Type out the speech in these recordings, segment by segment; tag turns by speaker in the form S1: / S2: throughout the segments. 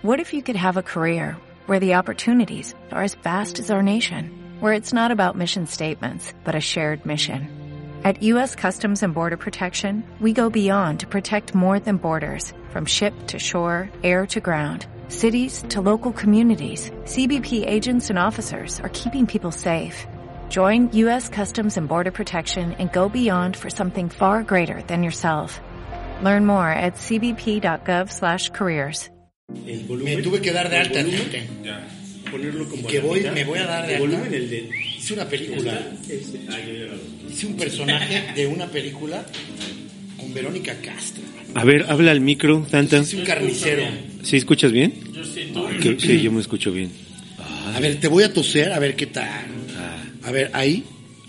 S1: What if you could have a career where the opportunities are as vast as our nation, where it's not about mission statements, but a shared mission? At U.S. Customs and Border Protection, we go beyond to protect more than borders, from ship to shore, air to ground, cities to local communities. CBP agents and officers are keeping people safe. Join U.S. Customs and Border Protection and go beyond for something far greater than yourself. Learn more at cbp.gov/careers.
S2: Me tuve que dar de alta, fíjate.
S3: Ponerlo como
S2: que me voy a dar de alta. Hice una película. Hice un personaje de una película con Verónica Castro.
S3: A ver, habla al micro, Tanta.
S2: Hice un carnicero.
S3: ¿Sí escuchas bien?
S4: Yo sí,
S3: Sí, yo me escucho bien.
S2: A ver, te voy a toser, a ver qué tal. A ver, ahí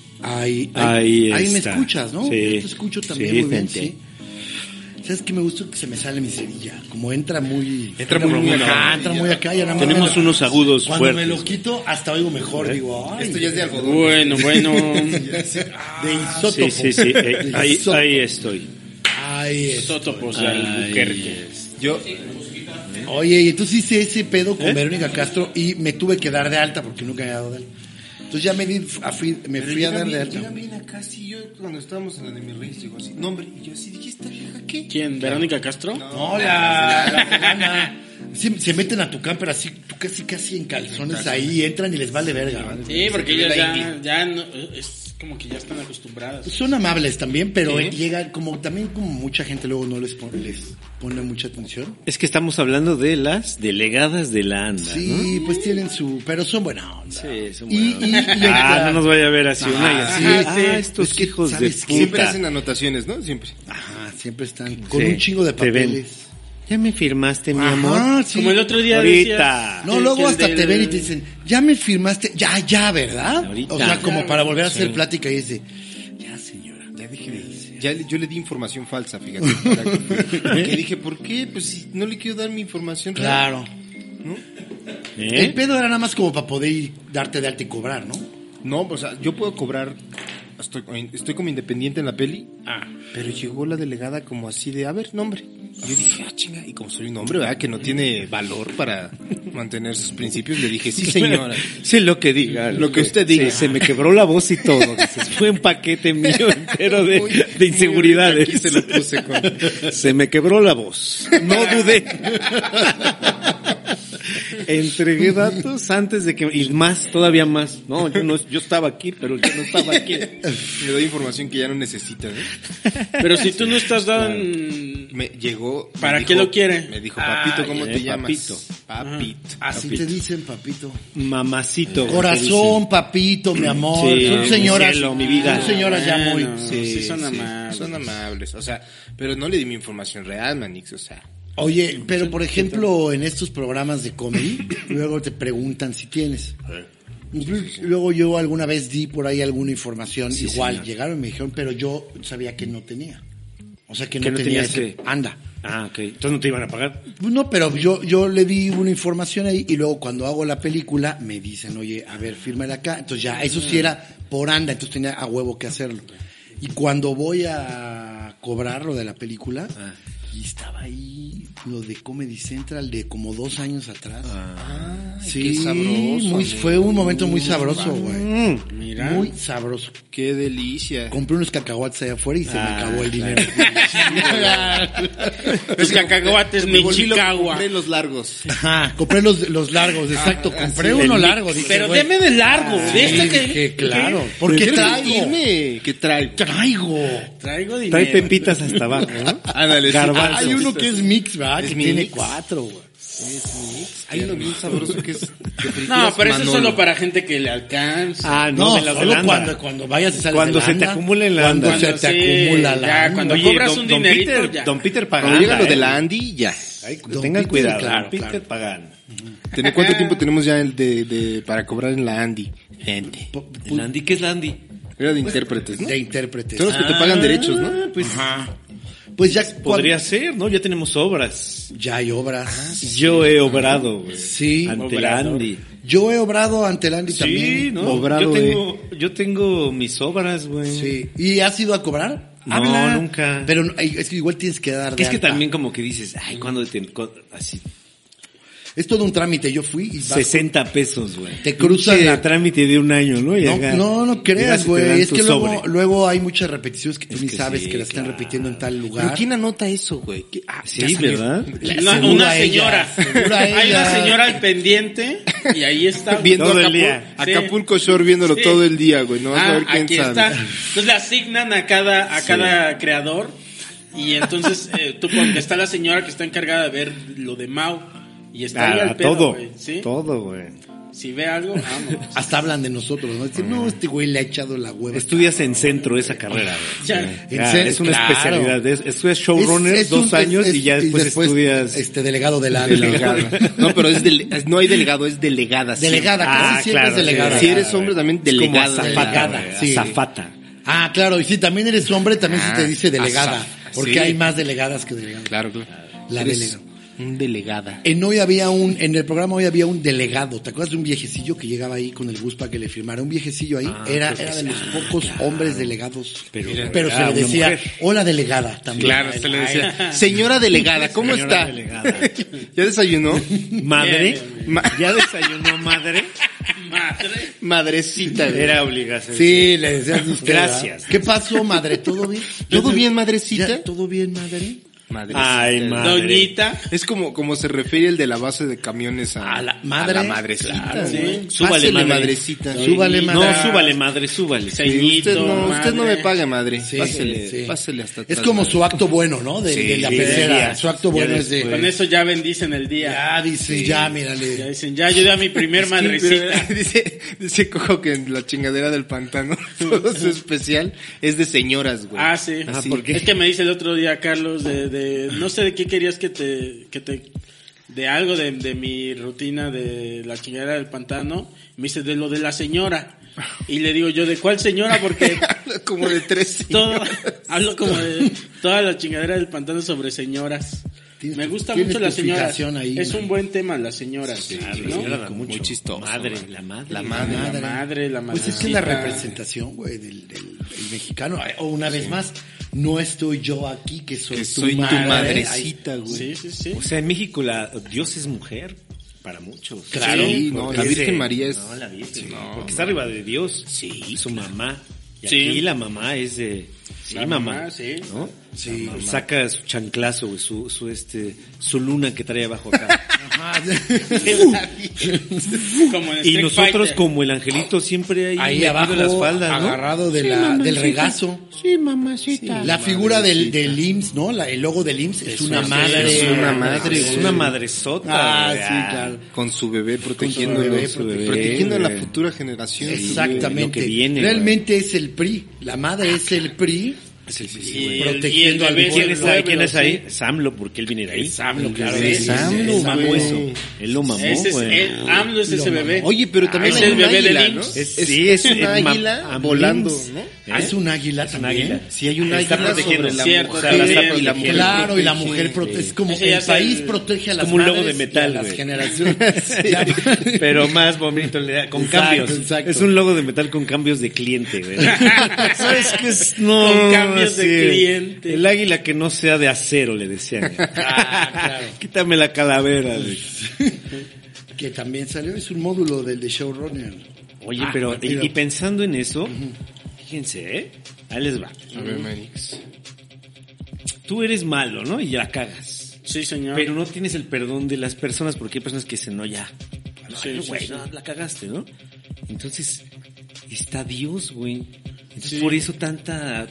S2: me escuchas, ¿no?
S3: Sí.
S2: Yo te escucho también
S3: sí,
S2: muy bien,
S3: gente.
S2: sí. ¿Sabes qué me gusta? Que se me sale mi cerilla. Como entra muy acá, ya nada más.
S3: Tenemos unos agudos
S2: cuando
S3: fuertes.
S2: me lo quito, hasta oigo mejor. Digo, ay,
S5: Esto ya es de algodón.
S4: Bueno.
S2: de isótopo.
S3: Sí. Ahí estoy.
S4: Isótopos de Albuquerque.
S2: Oye, y entonces hice ese pedo con Verónica Castro y me tuve que dar de alta porque nunca me había dado de alta. Entonces ya me fui a dar de alta.
S5: Llega bien acá, sí, yo cuando estábamos en la de mis reyes llegó así, nombre, y yo así dije, ¿esta vieja qué?
S4: ¿Quién? ¿Verónica Castro?
S2: No, la fulana. Se meten a tu camper así, tú casi en calzones ahí, entran y les vale verga.
S4: Sí, porque ellas ya no, es como que ya están acostumbradas.
S2: Son amables también, pero llega como mucha gente luego no les pone mucha atención.
S3: Es que estamos hablando de las delegadas de la ANDA,
S2: sí,
S3: ¿no?
S2: pues tienen pero son buena onda.
S3: Sí, son buena onda. No nos vaya a ver así estos hijos de puta.
S5: Siempre hacen anotaciones, ¿no? Siempre.
S2: Ajá, siempre están con un chingo de papeles.
S3: ¿Ya me firmaste, mi amor?
S2: Sí.
S4: Como el otro día
S3: ahorita.
S2: No, luego hasta te ven y te dicen, ¿ya me firmaste? Ya, ¿verdad?
S3: Ahorita.
S2: O sea, como para volver a hacer plática y dice, ya señora, ya dije de decir.
S5: Yo le di información falsa, fíjate. Que dije, ¿por qué? Pues si no le quiero dar mi información real.
S2: Claro.
S5: ¿No?
S2: El pedo era nada más como para poder darte de alta y cobrar, ¿no?
S5: No, o sea, yo puedo cobrar, estoy como independiente en la peli, pero llegó la delegada como así de, a ver, nombre. Yo dije, chinga, y como soy un hombre, ¿verdad? Que no tiene valor para mantener sus principios, le dije, sí señora.
S3: Sí, lo que diga.
S5: Lo que usted diga.
S3: Sí, se me quebró la voz y todo. Fue un paquete mío entero de inseguridades.
S5: Aquí se lo puse
S3: Se me quebró la voz. No dudé. Entregué datos antes de que, y más, todavía más. No, yo estaba aquí, pero yo no estaba aquí.
S5: Le doy información que ya no necesita, ¿no?
S4: Pero si tú no estás dando...
S5: Me llegó...
S4: ¿Para qué lo quiere?
S5: Me dijo, papito, ¿cómo te llamas? Papito.
S2: Así te dicen, papito.
S3: Mamacito.
S2: Corazón, papito, mi amor.
S3: Sí,
S2: son señoras,
S3: mi cielo, mi vida.
S2: Son señoras ya muy...
S4: Sí, son amables.
S5: Son amables, o sea, pero no le di mi información real, Manix, o sea...
S2: Oye, pero por ejemplo, en estos programas de comedy, luego te preguntan si tienes. Luego yo alguna vez di por ahí alguna información, igual, señor. Llegaron y me dijeron, pero yo sabía que no tenía. O sea, que no tenía ese... Anda.
S3: Ah, ok. Entonces no te iban a pagar.
S2: No, pero yo le di una información ahí y luego cuando hago la película me dicen, oye, a ver, fírmala acá. Entonces ya, eso sí era por anda, entonces tenía a huevo que hacerlo. Y cuando voy a cobrar lo de la película... Y estaba ahí lo de Comedy Central de como 2 años atrás. Sí,
S5: qué sabroso.
S2: Fue un momento muy sabroso, güey.
S4: Mira.
S2: Muy sabroso.
S5: Qué delicia.
S2: Compré unos cacahuates allá afuera y se me acabó el dinero.
S4: Los cacahuates
S5: me
S4: Chicago.
S5: Compré los largos.
S2: Ajá, compré los largos, exacto. Compré uno largo. Dije,
S4: pero
S2: güey,
S4: deme de largo. De esta que...
S2: dije, claro. Porque traigo.
S5: ¿Qué traigo?
S4: Traigo dinero.
S3: Trae pepitas hasta abajo, ¿no?
S5: Ándale,
S2: hay uno que es mix, ¿verdad?
S5: ¿Es
S2: que
S5: mix?
S2: tiene 4, güey.
S5: Hay uno bien sabroso que es...
S4: No, pero eso es solo para gente que le alcanza.
S2: No,
S3: de las
S2: solo
S3: Holanda.
S2: cuando vayas y sales
S3: Cuando
S2: de
S3: se te
S2: landa,
S3: acumule la
S2: cuando
S3: anda.
S2: se te acumula la
S4: ya,
S2: anda.
S4: cuando
S3: Oye,
S4: cobras un dinerito,
S3: Peter,
S4: ya.
S3: Don Peter
S5: Cuando
S3: pagando.
S5: llega lo de la Andy, ya.
S3: Tengan cuidado.
S2: claro,
S3: Don Peter
S2: claro.
S3: pagando.
S5: ¿Cuánto tiempo tenemos ya para cobrar en la Andy? Gente.
S3: ¿El Andy? ¿Qué es la Andy?
S5: Era de intérpretes, ¿no?
S2: De intérpretes.
S5: Son los que te pagan derechos, ¿no?
S3: Pues
S2: Pues ya
S3: podría ser, ¿no? Ya tenemos obras.
S2: ya hay obras.
S3: Yo he obrado, güey.
S2: Sí.
S3: Ante la Andy.
S2: Yo he obrado ante el Andy
S3: Sí,
S2: también.
S3: ¿no?
S5: Obrado,
S3: yo tengo mis obras, güey.
S2: Sí. ¿Y has ido a cobrar?
S3: No, nunca.
S2: Pero es que igual tienes que dar de
S3: Es que
S2: alta.
S3: también como que dices, ay, así.
S2: Es todo un trámite. Yo fui y vas
S3: 60 pesos, güey.
S2: Te cruzan
S3: Pinche
S2: la-
S3: trámite de un año, ¿no? Y acá
S2: No
S3: llegas
S2: creas,
S3: y te
S2: güey.
S3: dan
S2: Es
S3: tu
S2: que
S3: sobre.
S2: luego hay muchas repeticiones que tú ni
S3: que
S2: sabes
S3: sí,
S2: que las están
S3: claro.
S2: repitiendo en tal
S5: ¿Pero
S2: lugar.
S5: quién anota eso, güey?
S3: Sí,
S5: ya salió.
S3: ¿verdad?
S2: Seguro
S4: Una
S2: a ella,
S4: señora.
S2: seguro a
S4: Hay una
S2: ella.
S4: señora al pendiente y ahí está. güey.
S5: Viendo
S3: Todo el
S5: Acapulco,
S3: día.
S4: Sí.
S5: Acapulco Shore viéndolo
S4: Sí.
S5: todo el día, güey. No vas a ver quién
S4: aquí
S5: sabe.
S4: está. Entonces le asignan a cada creador y entonces tú está la señora que está encargada de ver lo de Mau y está ahí al pedo,
S3: todo.
S4: güey, ¿sí?
S3: Todo, güey.
S4: Si ve algo, vamos.
S2: Hasta hablan de nosotros, ¿no? Dicen, no, este güey le ha echado la hueva.
S3: Estudias en centro esa carrera, güey.
S4: Ya.
S3: Sí.
S2: En
S3: Ya,
S2: serio,
S3: es una
S2: claro.
S3: especialidad. Estudias showrunner 2 años y ya después estudias...
S2: delegado de la
S5: Delegada. No, pero no hay delegado, es delegada. siempre.
S2: Delegada, casi siempre es delegada.
S5: Si eres hombre, también
S3: Es como
S5: delegada.
S3: azafata,
S2: delegada,
S3: güey,
S2: sí.
S3: azafata.
S2: Ah, claro, y si también eres hombre, también se te dice delegada. Porque
S5: sí.
S2: hay más delegadas que delegados.
S5: Claro, claro.
S2: La
S5: Eres
S2: delegada.
S5: Un delegada.
S2: En el programa hoy había un delegado. ¿Te acuerdas de un viejecillo que llegaba ahí con el bus para que le firmara? Un viejecillo ahí. Era de los pocos hombres delegados. Pero se
S3: era
S2: le
S3: una
S2: decía,
S3: mujer.
S2: hola delegada también.
S5: Claro, se le decía, señora delegada, ¿cómo
S3: Señora
S5: está?
S3: delegada.
S5: ¿Ya desayunó?
S3: Madre,
S4: Bien,
S3: ¿ya desayunó madre?
S4: Madre.
S5: Madrecita, güey.
S3: Era obligación.
S2: Sí, le decías usted.
S3: Gracias.
S2: ¿Verdad? ¿Qué pasó, madre? ¿Todo bien?
S5: ¿Todo bien, madrecita?
S2: Ya, ¿todo bien, madre?
S5: Madrecita.
S3: Ay, madre.
S4: Doñita.
S5: Es como se refiere el de la base de camiones a
S2: la madre.
S5: a la madrecita.
S2: Claro,
S5: ¿sí?
S4: sí.
S3: Súbale,
S5: Pásele,
S3: madre.
S5: madrecita.
S2: Súbale, madre.
S3: No, súbale, madre, súbale.
S4: Sí. Ceñito,
S5: Usted no
S4: madre.
S5: me pague, madre.
S2: Sí,
S5: pásele,
S2: sí.
S5: pásele hasta
S2: Es
S5: atrás,
S2: como
S5: madre.
S2: su acto bueno, ¿no? De la
S3: sí,
S2: pecera.
S3: ya.
S2: Su acto
S3: Ya
S2: bueno es de...
S4: Con eso ya bendicen el día.
S2: Ya, dice, ya,
S4: Ya
S2: mírale.
S4: dicen, ya ayudé a mi primer madrecita.
S5: dice Cojo que en la chingadera del pantano todo su especial es de señoras, güey.
S4: Ah, sí.
S5: Así.
S3: ¿por qué?
S4: Es que me dice el otro día, Carlos, de no sé de qué querías que te de algo de mi rutina de la chingadera del pantano. Me dice de lo de la señora. Y le digo yo, ¿de cuál señora? Porque
S5: Como de 3
S4: todo, hablo como de toda la chingadera del pantano sobre señoras.
S2: Tienes
S4: Me
S2: tu-
S4: gusta
S2: tienes
S4: mucho
S2: tu
S4: las señoras.
S2: fijación ahí,
S4: Es
S2: man.
S4: un buen tema las señoras, ¿no?
S3: Señora,
S5: Muy
S3: mucho.
S5: chistoso,
S3: Madre,
S5: man.
S3: la madre.
S5: La madre.
S4: La madre.
S2: Pues es que es la representación, güey, del mexicano. O una vez más, no estoy yo aquí, que soy,
S5: Que soy tu madrecita, güey.
S4: Sí, sí, sí.
S3: O sea, en México Dios es mujer para muchos.
S2: Claro.
S5: Sí, no,
S3: porque
S5: la
S3: dice-
S5: Virgen María es...
S3: No, la Virgen. Porque está arriba de Dios. Sí. Su mamá. Y
S4: Sí.
S3: aquí la mamá es de... Sí,
S4: La
S3: mamá.
S4: mamá, sí.
S3: ¿No?
S2: Sí.
S3: Saca su chanclazo, güey, su luna que trae abajo acá.
S2: Ajá.
S4: Como en
S3: Y
S4: Street
S3: nosotros
S4: Fighter.
S3: como el angelito siempre ahí,
S2: Ahí
S3: metido
S2: abajo,
S3: en las faldas, ¿no?
S2: agarrado del regazo.
S5: Sí, mamacita.
S2: La figura del IMSS, ¿no? El logo del IMSS es una madre.
S5: es una madre,
S3: Es
S5: güey.
S3: una madresota.
S2: Ah,
S3: güey.
S2: sí, claro.
S5: Con su bebé protegiendo,
S2: bebé,
S5: protegiendo a la
S3: güey.
S5: futura generación.
S2: Exactamente.
S3: lo que viene,
S2: Realmente es el PRI. La madre es el PRI.
S3: Es el-
S4: Y
S2: protegiendo
S4: el bebé
S2: al
S3: ¿Quién
S2: pueblo.
S3: es ahí? ¿Quién es
S4: sí.
S3: ahí? Samlo, porque él viene de ahí.
S2: Samlo, claro.
S3: Sí,
S2: Sí,
S5: Samlo,
S3: él mamó
S5: güey.
S3: eso. Él lo mamó,
S4: Ese es
S3: güey.
S4: AMLO es ese bebé.
S5: Oye, pero también
S4: Es
S5: hay
S4: el
S5: un
S4: bebé del
S5: águila, ¿no?
S4: IMSS.
S5: Es un águila volando, ¿no?
S2: Ah, es un águila
S3: Es un
S2: también.
S3: águila.
S5: Sí, hay un
S3: Está
S5: águila
S3: protegiendo.
S5: sobre la
S4: Cierto,
S5: mujer.
S3: o sea, la está
S5: y la
S3: protegiendo.
S5: mujer
S2: Claro, y la
S5: protege.
S2: mujer protege. Es como
S4: Ese ya
S2: el
S4: es
S2: país
S4: el-
S2: protege a las
S3: como un logo
S2: madres
S3: de metal,
S2: y a las
S3: güey.
S2: generaciones. Ya.
S3: Pero más bonito, con
S2: Exacto,
S3: cambios.
S2: exacto.
S3: Es un logo de metal con cambios de cliente, güey. ¿Sabes qué es? No,
S4: Con cambios de
S3: sí.
S4: cliente.
S3: El águila que no sea de acero, le decían.
S2: claro.
S3: Quítame la calavera, güey.
S2: Que también salió, es un módulo del de Showrunner.
S3: Oye, pero,
S2: mira.
S3: y pensando en eso, fíjense, ¿eh? Ahí les va.
S5: A ver, Manix.
S3: Tú eres malo, ¿no? Y la cagas.
S4: Sí, señor.
S3: Pero no tienes el perdón de las personas porque hay personas que dicen, no, ya.
S4: Sí,
S3: Ay,
S4: sí,
S3: güey,
S4: sí.
S3: no, la cagaste, ¿no? Entonces, está Dios, güey. Entonces,
S4: Sí.
S3: por eso tanta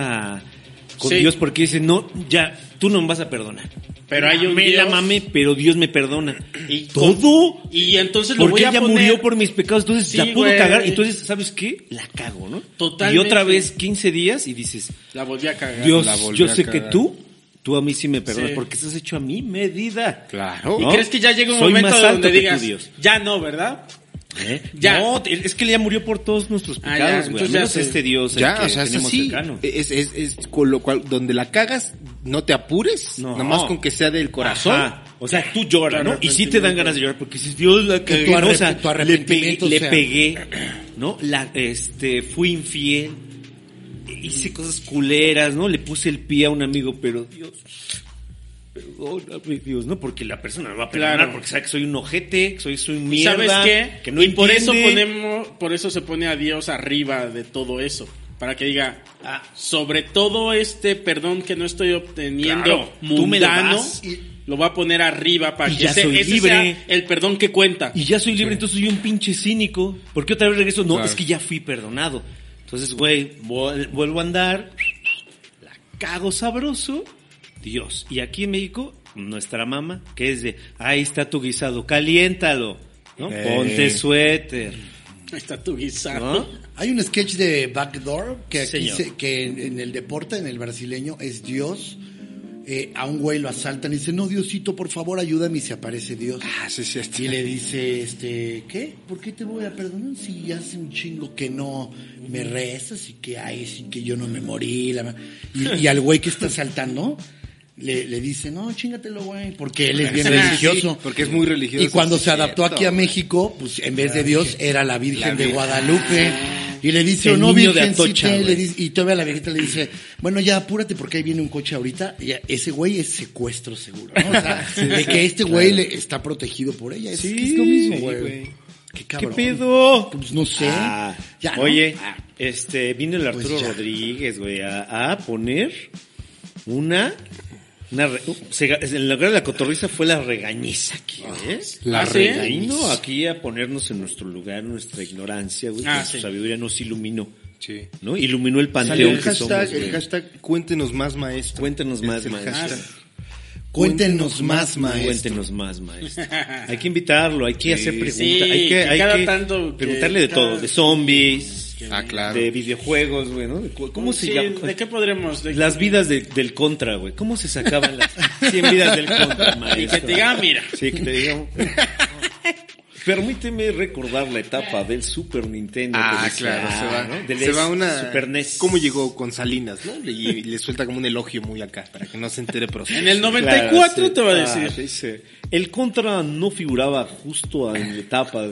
S3: con
S4: Sí.
S3: Dios, porque dice, no, ya, tú no me vas a perdonar.
S4: Pero hay un
S3: Me
S4: Dios.
S3: la mamé, pero Dios me perdona.
S4: Y
S3: ¿Todo?
S4: Y entonces lo
S3: Porque
S4: voy a
S3: ella
S4: poner.
S3: murió por mis pecados, entonces
S4: Sí,
S3: la puedo
S4: güey.
S3: cagar. Entonces, ¿sabes qué? La cago, ¿no?
S4: Totalmente.
S3: Y otra vez 15 días y dices,
S4: La volví a cagar.
S3: Dios,
S5: La volví
S3: yo
S5: a
S3: sé que
S5: cagar.
S3: tú a mí sí me perdonas,
S4: Sí.
S3: porque estás hecho a mi medida.
S5: Claro.
S4: ¿Y
S3: ¿no?
S4: crees que ya llega un
S3: Soy
S4: momento
S3: más alto
S4: donde
S3: que tú,
S4: digas,
S3: Dios.
S4: ya no, ¿verdad?
S3: ¿Eh?
S4: Ya.
S3: No, es que ya murió por todos nuestros
S4: Ah, ya,
S3: pecados, güey. Al
S4: entonces ya
S3: menos
S4: sé.
S3: este Dios el
S5: Ya,
S3: que
S5: o sea, es
S3: tenemos
S5: así.
S3: cercano.
S5: Es con lo cual, donde la cagas, no te apures.
S3: No.
S5: Nada más con que sea del corazón.
S3: Ajá. O sea, tú lloras, ¿no? Y sí te
S4: Arrepentimiento.
S3: dan ganas de llorar porque si Dios la cagué,
S2: tu
S3: ¿no? O sea,
S2: tu arrepentimiento
S3: le
S2: sea-
S3: pegué, ¿no? Fui infiel, hice cosas culeras, ¿no? Le puse el pie a un amigo, pero perdóname, Dios, ¿no? Porque la persona me va a perdonar
S4: Claro.
S3: porque sabe que soy un ojete, que soy un mierda.
S4: ¿Sabes qué?
S3: Que no
S4: y por
S3: entiende.
S4: por eso se pone a Dios arriba de todo eso. Para que diga, sobre todo este perdón que no estoy obteniendo
S3: Claro, tú me lo
S4: mundano,
S3: das.
S4: lo va a poner arriba para
S3: Y
S4: que
S3: ya soy
S4: ese
S3: libre.
S4: sea el perdón que cuenta.
S3: Y ya soy libre, entonces soy un pinche cínico. ¿Por qué otra vez regreso? No,
S5: Claro.
S3: es que ya fui perdonado. Entonces, güey, vuelvo a andar, la cago sabroso, Dios. Y aquí en México, nuestra mamá, que es de, ahí está tu guisado, caliéntalo, ¿no? Ponte suéter,
S4: Ahí está tu guisado.
S3: ¿no?
S2: Hay un sketch de Backdoor que aquí
S3: Señor.
S2: que en el deporte, en el brasileño, es Dios. A un güey lo asaltan y dice, no, Diosito, por favor, ayúdame, y se aparece Dios.
S5: Sí, sí.
S2: Y le dice, ¿qué? ¿Por qué te voy a perdonar si hace un chingo que no me rezas y que sí que yo no me morí? Y al güey que está asaltando le dice, no, chingatelo, güey, porque él es bien religioso.
S5: Sí, porque es muy religioso.
S2: Y cuando
S5: sí,
S2: se adaptó
S5: cierto,
S2: aquí a
S5: güey.
S2: México, pues en vez de Dios era la Virgen de
S5: Virgen.
S2: Guadalupe. Y le dice,
S3: El
S2: no,
S3: niño de
S2: Virgencita,
S3: Atocha,
S2: y,
S3: güey.
S2: y todavía la viejita le dice, bueno, ya apúrate porque ahí viene un coche ahorita. Y ese güey es secuestro seguro, ¿no? O sea, de que este güey le está protegido por ella. Es,
S3: Sí,
S2: que es lo mismo,
S3: sí,
S2: güey.
S3: güey.
S2: Qué
S3: ¿Qué
S2: cabrón.
S3: pedo?
S2: Pues no sé. Ya, ¿no?
S3: Oye, vino el Arturo
S2: Pues ya.
S3: Rodríguez, güey, a poner en lugar de la cotorriza fue la regañiza aquí, ¿eh?
S5: La
S4: ¿sí?
S3: Vino aquí a ponernos en nuestro lugar, nuestra ignorancia, güey, con su
S4: Sí.
S3: sabiduría nos iluminó,
S5: Sí.
S3: ¿no? Iluminó el
S5: Salió
S3: panteón
S5: el
S3: que
S5: hashtag,
S3: somos,
S5: el
S3: güey.
S5: hashtag cuéntenos más, maestro.
S3: Cuéntanos más,
S5: Es el
S3: maestro.
S5: hashtag.
S2: Cuéntenos más, maestro.
S3: Cuéntenos más, maestro. Hay que invitarlo, hay que hacer preguntas,
S4: Sí,
S3: hay
S4: que cada
S3: que
S4: tanto que
S3: preguntarle de
S4: cada-
S3: todo, de zombies,
S5: Claro.
S3: de videojuegos, güey, ¿no? ¿Cómo se
S4: Sí,
S3: llama?
S4: ¿de qué podremos?
S3: Las vidas del Contra, güey. ¿Cómo se sacaban las 100 vidas del Contra, maestro?
S4: Y que te diga, mira.
S3: Sí, que te diga. Permíteme recordar la etapa del Super Nintendo. que decía,
S5: Claro, se va,
S3: ¿no? Del
S5: se va una
S3: Super NES.
S5: ¿Cómo llegó con Salinas, no? Y le suelta como un elogio muy acá para que no se entere proceso.
S4: En el 94
S3: Claro,
S4: te va a
S3: sí.
S4: decir.
S3: Dice, el Contra no figuraba justo en la etapa.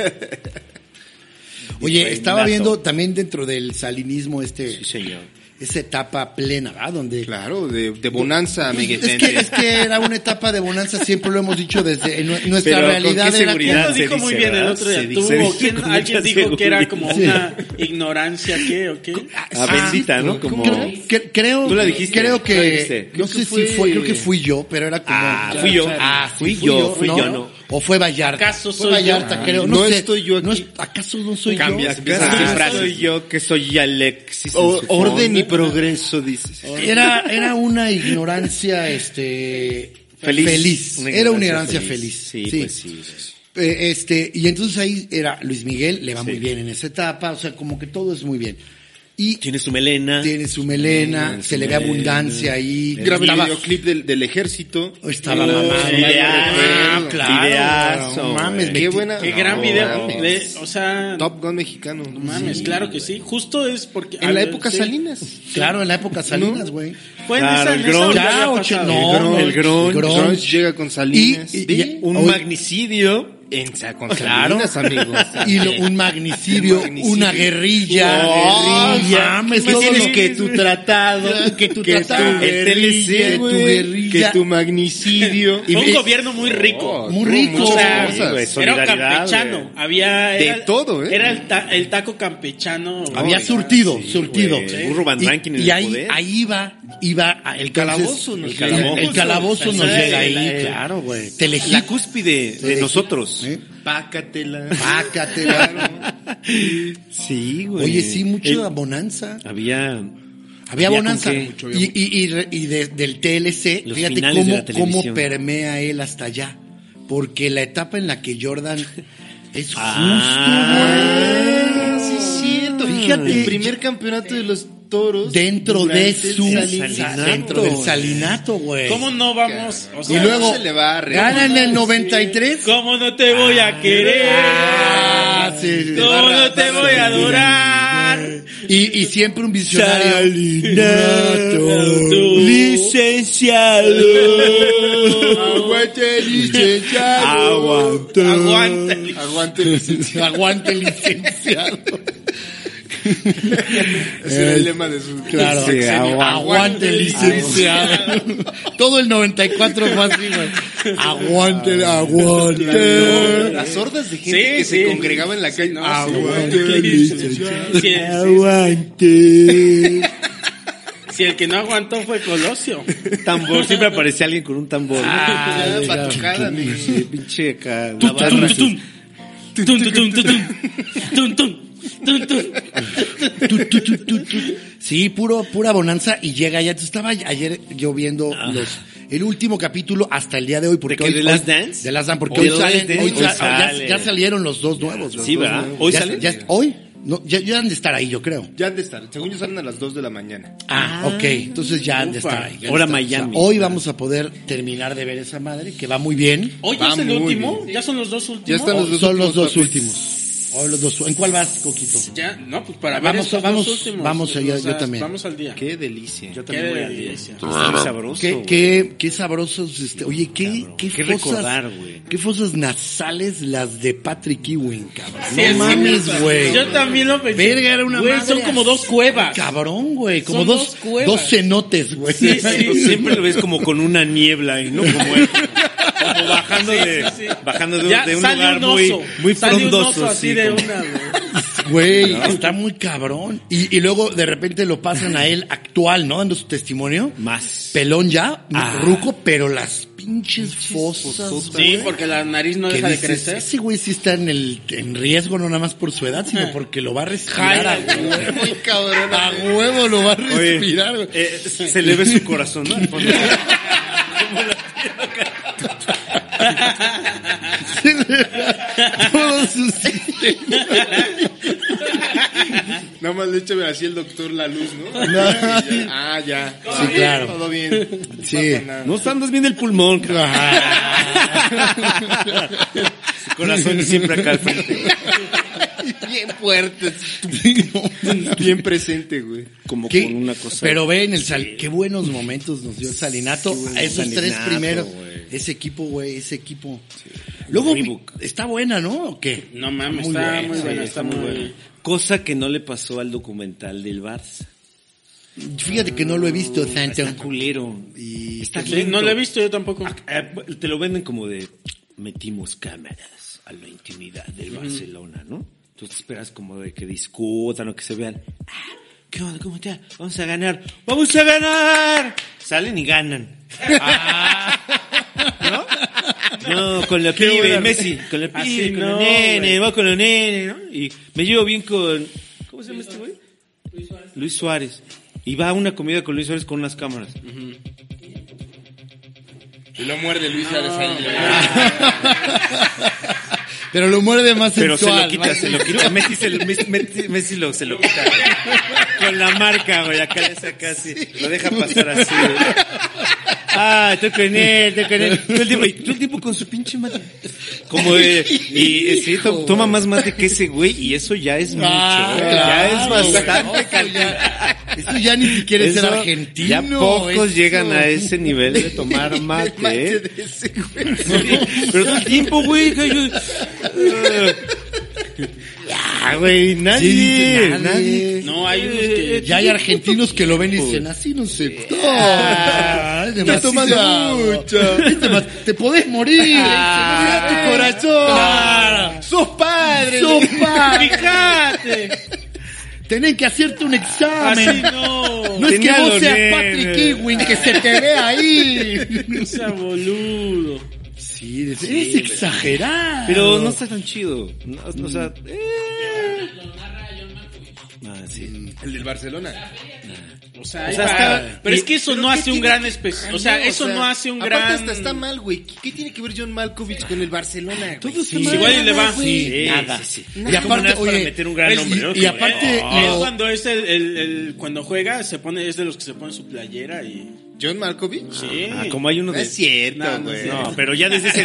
S2: Oye, estaba
S3: Nato.
S2: viendo también dentro del salinismo
S3: Sí, señor.
S2: esa etapa plena, ¿verdad? Donde
S5: Claro, de bonanza,
S2: Pues,
S5: amiguete.
S2: es que era una etapa de bonanza, siempre lo hemos dicho desde nuestra
S3: Pero, ¿con
S2: realidad
S3: qué
S2: era
S3: seguridad?
S2: como-
S4: Lo dijo
S3: Se
S4: muy
S3: dice,
S4: bien el
S3: ¿verdad?
S4: otro día.
S3: Se
S4: ¿Tú
S3: dice
S4: o quién?
S3: con
S4: ¿Alguien
S3: mucha
S4: dijo que era como
S2: seguridad.
S4: una ignorancia, qué o qué?
S3: Bendita, ¿no? Como...
S2: Creo,
S3: Tú la dijiste,
S2: creo
S3: tú la
S2: que
S3: dijiste.
S2: no sé si fue, creo que fui yo, pero era como
S3: fui yo.
S2: sí,
S3: Fui yo, no.
S2: O fue Vallarta.
S4: ¿Acaso
S2: fue
S4: soy
S2: Vallarta,
S4: yo?
S2: creo,
S5: No
S2: sé.
S5: estoy yo
S2: No
S5: aquí.
S2: ¿Acaso no soy
S5: Cambias,
S2: yo?
S5: empiezas a decir frases.
S3: soy yo que soy Alexis. en su
S5: Orden y
S3: fondo.
S5: progreso, dices.
S2: Era una ignorancia, feliz. Era una ignorancia feliz.
S3: Sí, pues sí.
S2: Y entonces ahí era Luis Miguel, le va muy bien en esa etapa, o sea, como que todo es muy bien. Y
S3: Tiene su melena.
S2: tiene su melena,
S3: Tiene
S2: se
S3: su
S2: le ve
S3: melena.
S2: abundancia ahí.
S5: Graba el
S2: Estaba-
S5: videoclip del ejército.
S2: Estaba mamá. Claro.
S3: Videazo,
S2: No mames,
S3: güey.
S5: Qué buena.
S4: Qué gran
S5: No,
S4: video.
S5: mames.
S4: O sea,
S5: Top Gun mexicano.
S4: no mames, claro que sí. Justo es porque...
S5: En la época
S4: sí.
S5: Salinas.
S2: Claro, en la época Salinas, güey.
S4: Fue en
S3: Claro,
S4: esa,
S3: el
S4: en esa
S3: grunge.
S4: ya
S2: Ya,
S4: había
S2: ocho-
S4: pasado.
S2: no,
S3: El grunge.
S5: Grunge llega con Salinas.
S3: Un
S2: Oye,
S3: magnicidio.
S5: Con
S2: Claro.
S5: Salinas, amigos.
S2: un magnicidio,
S5: Un magnicidio.
S2: una guerrilla.
S5: Una guerrilla.
S2: Mames,
S5: ¿Qué
S2: todo
S5: tienes
S2: lo-
S5: que tu tratado?
S2: Que tu
S5: que
S2: tratado,
S5: tu
S2: el
S5: guerrilla,
S2: TLC, tu
S5: güey,
S2: guerrilla.
S5: que tu magnicidio.
S4: Fue un gobierno muy rico.
S2: Muy rico.
S5: Muchas
S4: O sea,
S5: cosas.
S3: güey,
S4: era
S3: solidaridad,
S4: campechano.
S3: güey.
S4: Había...
S5: De
S4: era-
S5: todo, ¿eh?
S4: Era el taco campechano.
S2: Había
S4: güey.
S2: surtido.
S3: güey. Burro Van Rankin en
S2: y
S3: el
S2: ahí,
S3: poder.
S2: ahí iba el
S5: calabozo nos llega.
S2: El calabozo nos
S4: Sí,
S2: llega ahí,
S4: la-
S2: claro, güey.
S3: La cúspide de nosotros.
S5: Pácatela.
S2: Pácatela.
S3: Sí, güey.
S2: Oye, sí, mucha bonanza.
S3: Había
S2: Había bonanza.
S3: con
S2: Y del TLC,
S3: Los
S2: fíjate
S3: finales de la
S2: cómo
S3: televisión.
S2: permea él hasta allá. Porque la etapa en la que Jordan es justo,
S5: Ah,
S2: güey.
S5: sí es cierto.
S2: Fíjate.
S5: El primer campeonato de los toros.
S2: Dentro de
S5: durante el
S2: su
S5: salinato.
S2: dentro del salinato, güey.
S4: ¿Cómo no vamos? O
S2: Y
S4: sea,
S2: luego
S5: se le va a reír.
S2: gana en el 93.
S4: ¿cómo no te voy a querer?
S2: Ah, sí, sí.
S4: ¿Cómo no te voy a adorar?
S2: Y siempre un visionario.
S3: licenciado.
S2: Aguante, licenciado.
S4: Aguanta.
S5: Aguante, licenciado.
S2: Aguante, licenciado.
S5: Ese era el lema de su...
S2: Claro,
S3: Sí,
S2: aguante licenciado. Todo el 94 fue así, güey. Aguante.
S5: Las hordas de gente
S4: Sí,
S5: que
S4: sí.
S5: se congregaba en la calle.
S4: No,
S2: Aguante licenciado.
S4: Sí,
S2: Aguante.
S4: Si el que no aguantó fue Colosio.
S3: Tambor, siempre aparecía alguien con un tambor. ¿no?
S5: Ya, batucada, amigo.
S3: Sí, pinche acá.
S4: Tum,
S3: la
S4: tum,
S3: barra.
S4: tum, tum, tum, tum, tum, tum, tum, tum, tum.
S2: Sí, pura bonanza y llega ya. Estaba ayer yo viendo el último capítulo hasta el día de hoy. Porque
S3: ¿De qué,
S2: hoy,
S3: de Last Dance?
S2: De Last Dance, porque
S3: ¿De
S2: hoy
S3: Last
S2: salen,
S3: Dance?
S2: hoy
S3: Hoy
S2: ya
S3: sale.
S2: salieron los dos nuevos.
S3: Sí, ¿verdad? ¿Hoy salen?
S2: ¿Hoy? No, ya han de estar ahí, yo creo.
S5: Ya han de estar. Según yo salen a las 2 de la mañana.
S2: Ok, entonces ya han de
S4: Ufa.
S2: estar ahí. ya han
S3: Hora
S2: de estar.
S3: Miami.
S2: O sea, hoy vamos a poder terminar de ver esa madre, que va muy bien.
S4: ¿Hoy
S5: Va
S4: es el
S5: muy
S4: último?
S5: bien.
S4: ¿Ya son los dos últimos?
S5: Ya están los dos
S2: Son los
S5: últimos,
S2: dos
S5: papi.
S2: últimos. Hoy los dos. ¿En cuál vas, Coquito?
S4: Ya, no, pues para
S2: Vamos,
S4: ver estos
S2: vamos,
S4: dos últimos.
S2: vamos allá,
S4: O sea,
S2: yo también.
S4: Vamos al día.
S5: Qué delicia.
S3: Yo
S4: Qué
S3: también voy al día.
S4: delicia.
S3: Está muy sabroso.
S2: Qué sabrosos, oye, qué
S3: Qué
S2: fosas,
S3: recordar, güey.
S2: qué fosas nasales las de Patrick Ewing, cabrón.
S4: Sí,
S2: No mames,
S4: sí,
S2: güey.
S4: Yo también lo pensé.
S2: Verga, era una
S4: Güey,
S2: madre
S4: son como
S2: así,
S4: dos cuevas.
S2: Cabrón, güey, como
S4: Son
S2: dos
S4: dos cuevas.
S2: dos cenotes, güey.
S4: Sí, sí.
S3: Siempre lo ves como con una niebla, ¿no? Como bajando bajando
S4: Ya
S3: de un
S4: sale
S3: lugar
S4: un oso.
S3: muy
S4: Sale un
S3: frondoso.
S4: oso así
S3: sí,
S4: de
S3: como-
S4: una, güey.
S2: Güey, está muy cabrón. Y luego de repente lo pasan a él actual, ¿no? Dando su testimonio.
S3: Más.
S2: Pelón ya, ruco, pero las pinches fosas.
S4: Sí,
S2: güey,
S4: porque la nariz no
S2: que
S4: deja de
S2: dices,
S4: crecer.
S2: ese güey sí está en riesgo, no nada más por su edad, sino porque lo va a respirar a
S4: Jala,
S2: huevo.
S5: Muy cabrón.
S2: A huevo lo va a
S3: Oye,
S2: respirar, güey.
S3: se le ve su corazón, ¿no? Al fondo.
S2: Todo su sistema.
S5: Nada más le echa así el doctor la luz, ¿no? Ya.
S2: Sí, claro.
S5: Todo bien.
S2: Sí.
S5: Pasa nada.
S3: No andas bien el pulmón, cabrón. Su corazón siempre acá al frente.
S5: Bien fuerte. Bien presente, güey.
S3: Como
S2: ¿Qué?
S3: con una cosa.
S2: Pero ven, qué buenos momentos nos dio el Salinato.
S3: Qué buen
S2: A esos tres
S3: Salinato,
S2: primeros.
S3: güey.
S2: Ese equipo, güey, ese equipo. Luego,
S3: Reebok.
S2: ¿está buena, no? ¿O qué?
S4: No mames,
S2: Muy
S4: está
S2: buena,
S4: muy
S2: sí,
S4: buena,
S3: Está muy bueno. Cosa que no le pasó al documental del Barça.
S2: Fíjate que no lo he visto, Santo.
S3: Está culero.
S2: Y
S3: Está
S4: Sí, no lo he visto yo tampoco.
S3: Te lo venden como de metimos cámaras a la intimidad del Barcelona, ¿no? Entonces esperas como de que discutan o que se vean. ¿Qué onda? ¿Cómo está? Vamos a ganar. ¡Vamos a ganar! Salen y ganan. ¿No? No, con la pibe,
S4: buena.
S3: Messi. Con la
S4: Así
S3: pibe, con
S4: no,
S3: los nene,
S4: güey.
S3: va con los nene, ¿no? Y me llevo bien con... ¿Cómo se llama este güey? Luis Suárez. Y va a una comida con Luis Suárez con unas cámaras.
S5: Y lo muerde Luis Suárez ahí.
S2: Pero lo muerde más
S3: Pero
S2: sensual.
S3: se lo quita. Messi se lo quita. Con la marca, güey. Acá le saca así. Lo deja pasar así, güey. Estoy con él. Todo el tiempo con su pinche mate. Como de, sí, toma más mate que ese güey, y eso ya es mucho. Ya es bastante calidad.
S2: Eso ya ni siquiera es ser
S3: Eso,
S2: argentino.
S3: ya pocos
S2: eso.
S3: llegan a ese nivel de tomar mate.
S5: Mate de ese, güey.
S3: Sí, pero todo el tiempo, güey. Güey, nadie.
S2: Sí,
S3: nadie.
S4: No, hay unos que...
S2: Ya hay argentinos que lo ven y dicen, así no se
S3: Ah,
S2: toma. Es demasiado.
S5: mucho.
S2: Te podés morir.
S3: Ah,
S2: tu corazón.
S3: claro.
S2: Sos padre. Sos padre.
S4: ¡Fíjate!
S2: Tenés que hacerte un examen.
S4: Así no.
S2: No es que
S3: Tenía
S2: vos
S3: los
S2: seas
S3: nenes.
S2: Patrick Ewing, que se te ve ahí.
S4: No sea boludo.
S2: Sí, es exagerado.
S3: Pero no está tan chido. No, o sea, sí.
S5: El del Barcelona.
S4: O sea,
S3: O sea,
S4: está-
S3: está-
S4: pero es que eso
S5: ¿Pero
S4: no
S5: qué
S4: hace un
S5: tiene
S4: gran
S5: que-
S4: especial.
S5: Ah,
S4: O sea,
S5: no,
S4: eso no hace un
S5: aparte
S4: gran...
S5: hasta está mal, güey. ¿Qué tiene que ver John Malkovich con el Barcelona, güey?
S3: Todo está
S2: Sí.
S3: mal.
S4: Igual y le va.
S3: Sí,
S2: nada.
S3: sí.
S2: Y
S3: Es como
S2: aparte,
S3: nada más para
S2: oye,
S3: meter un gran
S4: es-
S3: nombre, ¿no?
S2: y
S3: Como,
S2: aparte,
S3: oh,
S4: Es cuando es el cuando juega se pone, es de los que se pone su playera y...
S5: ¿John Malkovich?
S4: Sí.
S3: como hay uno
S5: No
S3: de...
S5: es cierto,
S4: No, no
S5: güey.
S4: es
S3: No, pero ya desde ese día.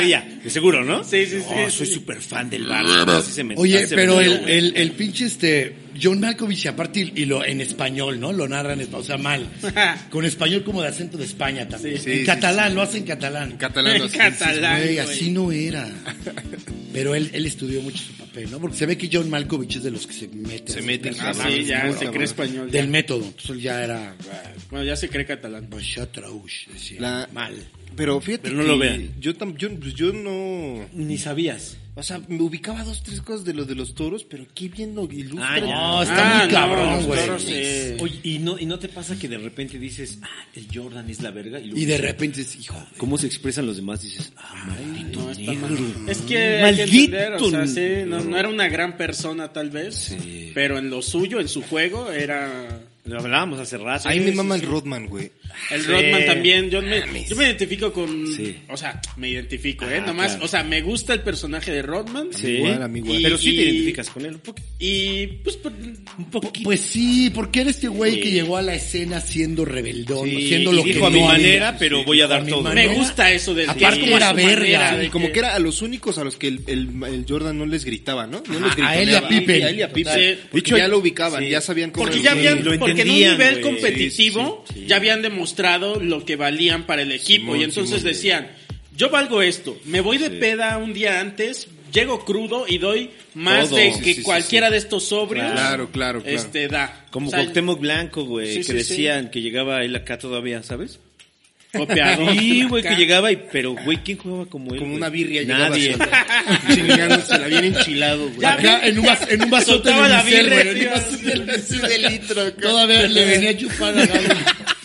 S3: De seguro, ¿no?
S4: Sí, sí, sí,
S3: Oh,
S4: sí.
S3: soy súper fan del Barça. Así se me-
S2: Oye,
S3: así se
S2: pero
S3: me-
S2: el pinche John Malkovich, aparte, y lo en español, ¿no? Lo narran, o sea, mal. Con español como de acento de España también.
S4: Sí,
S2: en
S5: sí,
S2: catalán,
S5: sí.
S2: lo hace en catalán.
S5: En catalán.
S4: En catalán.
S2: Güey,
S4: güey.
S2: así no era. Pero él estudió mucho su papel, ¿no? Porque se ve que John Malkovich es de los que se mete.
S5: Se
S2: así,
S5: mete en
S4: Ah,
S2: personajes,
S4: sí, ya
S2: ¿no?
S4: se
S5: cabrón.
S4: cree español.
S2: Del
S4: ya.
S2: método. Entonces él ya era...
S4: Bueno, ya se cree catalán.
S2: Bachatraush, decía.
S5: Mal. Pero fíjate
S3: Pero no
S5: que
S3: lo vean.
S5: yo no...
S3: Ni sabías.
S5: O sea, me ubicaba 2, 3 cosas de los toros, pero qué bien lo ilustra.
S3: Ah, ya.
S2: No, está muy cabrón,
S4: no,
S2: güey.
S4: claro, sí.
S3: Oye, ¿y no te pasa que de repente dices, el Jordan es la verga? Y, luego
S2: Y de repente es, hijo...
S3: ¿cómo se expresan los demás? Dices, maldito
S4: No, está
S3: negro.
S4: mal. Es que hay que
S3: Maldito
S4: entender, o sea, sí, no
S3: negro.
S4: era una gran persona tal vez,
S3: Sí.
S4: pero en lo suyo, en su juego, era...
S3: Lo hablábamos hace rato.
S5: Ahí me mama el Rodman, güey.
S4: El
S3: Sí.
S4: Rodman también, yo me identifico con...
S3: Sí.
S4: O sea, me identifico,
S3: Ah,
S4: nomás,
S3: claro.
S4: o sea, me gusta el personaje de Rodman.
S3: Sí.
S5: Igual, a mí igual.
S3: Pero sí
S4: Y-
S3: te identificas con él un poco.
S4: Y pues
S3: Un poquito.
S2: Pues sí, porque era este güey
S3: Sí.
S2: que llegó a la escena siendo rebeldón,
S3: Sí,
S2: siendo
S3: y
S2: lo
S3: dijo
S2: que
S3: a mi
S2: no
S3: manera,
S2: había.
S3: pero voy a dar
S2: a mi
S3: todo.
S2: manera.
S4: me gusta eso del
S2: Aparte
S4: que es
S2: era
S4: su
S2: verga,
S4: manera
S5: Y
S4: de
S5: como que era a los únicos a los que el Jordan no les gritaba, ¿no? No les
S2: A él y a
S5: gritoneaba.
S2: Pippen.
S5: A él y a Pippen.
S4: Sí.
S5: Porque
S3: De hecho,
S5: ya lo ubicaban,
S3: sí.
S5: ya sabían cómo...
S4: Porque ya habían,
S3: lo
S4: porque en un
S3: entendían,
S4: nivel
S3: güey.
S4: competitivo
S3: Sí, sí, sí.
S4: ya habían demostrado lo que valían para el equipo
S5: Simón,
S4: y entonces
S5: Simón.
S4: decían, yo valgo esto, me voy de peda un día antes, llego crudo y doy más
S3: Todo.
S4: de
S3: Sí,
S4: que
S5: sí,
S4: cualquiera
S5: sí.
S4: de estos sobrios.
S5: Claro.
S4: Da.
S3: Como
S4: O sea,
S3: Cuauhtémoc Blanco, güey,
S4: sí,
S3: que
S4: sí,
S3: decían que llegaba él acá todavía, ¿sabes?
S4: copiador.
S3: Sí, güey, que
S4: Acá.
S3: llegaba y, pero, güey, ¿quién jugaba como él?
S5: Como
S3: güey?
S5: una birria
S3: Nadie.
S5: llegaba chingándosela bien enchilado, güey.
S2: Acá en un vasote
S4: Soltaba
S2: de
S4: la
S2: unicel,
S4: birria,
S2: güey,
S4: tío.
S2: en un vasote de unicel.
S5: de litro. acá.
S2: Todavía le venía a chupar a Gaby.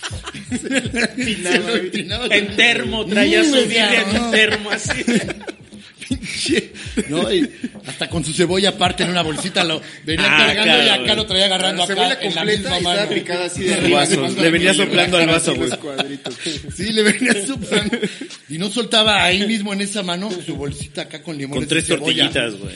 S4: Empinaba,
S2: Se lo empinaba.
S4: en termo, traía su
S2: güey,
S4: birria en
S2: no.
S4: un termo así.
S2: Pinche, ¿no? Y hasta con su cebolla aparte en una bolsita lo venía
S3: Ah,
S2: cargando y
S3: claro,
S2: acá
S3: güey.
S2: lo traía agarrando
S5: La
S2: acá
S5: cebolla
S2: en la
S5: completa
S2: misma
S5: y estaba
S2: mano.
S5: picada así de
S3: Vasos,
S5: arriba.
S3: le venía soplando al vaso,
S5: Así
S3: güey.
S5: los cuadritos.
S2: Sí, le venía soplando. Y no soltaba ahí mismo en esa mano su bolsita acá con limón.
S3: Con 3 tortillitas, güey.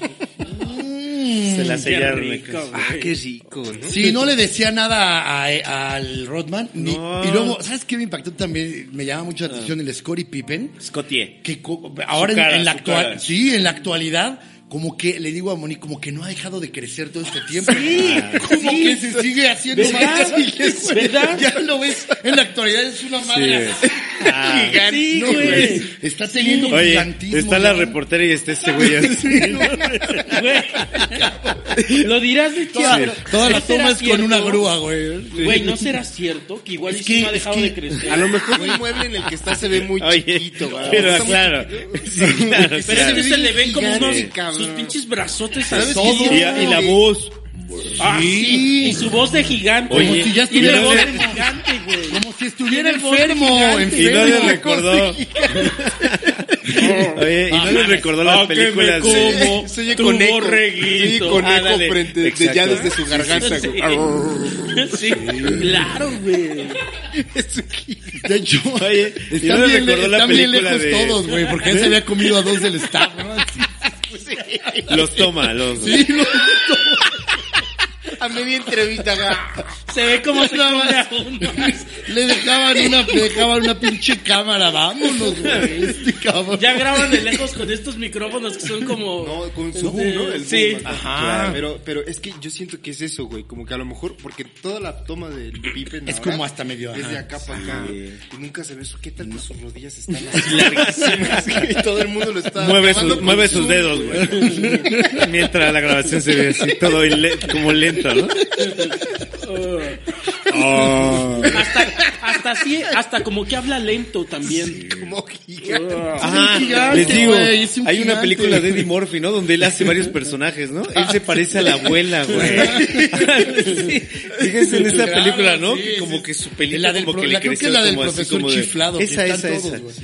S3: Se la
S4: Qué
S3: sellaron.
S4: rico,
S3: acá.
S4: güey.
S5: Ah, qué rico, ¿no?
S2: Sí, no le decía nada al Rodman.
S3: No.
S2: Y luego, ¿sabes qué me impactó también? Me llama mucho la atención el Scottie Pippen.
S3: Scottie.
S2: Que ahora
S3: Su cara,
S2: en la
S3: su
S2: actual,
S3: cara.
S2: sí, en la actualidad, como que le digo a Moni, como que no ha dejado de crecer todo este tiempo. Como que se sigue haciendo
S4: ¿Verdad?
S2: más.
S4: ¿Verdad?
S2: Ya lo ves, en la actualidad es una madre
S3: Ah,
S2: gigante.
S4: sí,
S2: No,
S4: güey.
S2: güey, está teniendo
S3: Oye,
S2: gigantismo.
S3: está la
S2: ya.
S3: reportera y está este güey así.
S4: Güey, lo dirás de
S2: Toda,
S4: pero
S2: toda la
S4: ¿no será
S2: toma es con
S4: cierto?
S2: una grúa, güey.
S4: Güey, ¿no será cierto que igual
S2: Es
S4: y
S2: que-
S4: sí no ha dejado
S2: es que-
S4: de crecer?
S5: A lo mejor el mueble en el que está se ve muy
S3: Oye,
S5: chiquito, güey.
S3: pero
S5: Está muy
S3: claro.
S5: chiquito.
S3: Sí, claro,
S4: Pero
S3: claro.
S4: es que se le ven como
S5: Gigante,
S4: unos
S5: cabrón.
S4: sus pinches brazotes
S5: ¿Sabes
S4: así.
S2: Todo.
S3: Y la voz.
S4: Ah, sí. Y su voz de gigante.
S3: Oye,
S2: Como si ya
S4: Tiene
S2: estuviera
S4: voz de
S2: enfermo.
S4: gigante, güey.
S2: Como si estuviera
S4: Tiene voz de
S2: enfermo.
S4: gigante.
S3: Y no le
S2: enfermo.
S3: recordó. Oye, y no le recordó las películas de...
S4: como
S5: Se oye
S4: tu
S5: con eco.
S4: borreguito.
S5: Sí, con
S3: Ah,
S5: eco
S3: dale.
S5: frente de
S3: Exacto.
S5: ya desde su garganta,
S4: Sí.
S5: güey.
S4: Sí, claro, güey.
S2: De hecho,
S3: Oye, y
S2: están
S3: no le
S2: bien,
S3: recordó la
S2: están bien
S3: película
S2: lejos
S3: de-
S2: todos, güey, porque él se había comido a 2 del staff, ¿no? Así.
S3: Los toma, los...
S2: Sí, no,
S5: A media entrevista, güey.
S4: Se ve como se come a uno.
S2: le dejaban una pinche cámara, vámonos, güey, este cabrón.
S4: Ya graban de lejos con estos micrófonos que son como...
S5: No, con su boom, ¿no? El
S4: Sí.
S5: boom.
S2: Ajá.
S5: Pero es que yo siento que es eso, güey. Como que a lo mejor, porque toda la toma del Pippen
S2: Es
S5: ahora
S2: como hasta medio,
S5: es de
S2: ajá.
S5: acá para acá. Y nunca se ve eso. ¿Qué tal que sus rodillas están así larguísimas? Y todo el mundo lo está grabando con
S3: Mueve
S5: zoom.
S3: sus dedos, güey. Mientras la grabación se ve así, todo como lento, ¿no?
S4: Hasta así, hasta como que habla lento también.
S5: Como gigante.
S3: Ajá,
S2: gigante,
S3: les digo,
S2: güey, es un
S3: hay una
S2: gigante.
S3: película de Eddie Murphy, ¿no? Donde él hace varios personajes, ¿no? Él se parece a la abuela, güey. Sí. Fíjense en esta
S2: Claro,
S3: película, ¿no?
S2: sí,
S3: Que como
S2: sí.
S3: que su pelito
S2: La del
S3: como
S2: pro-
S3: que le
S2: la- creo que
S3: creció
S2: la del
S3: como así
S2: profesor
S3: como de...
S2: chiflado, que
S3: Esa,
S2: están
S3: esa.
S2: todos, güey.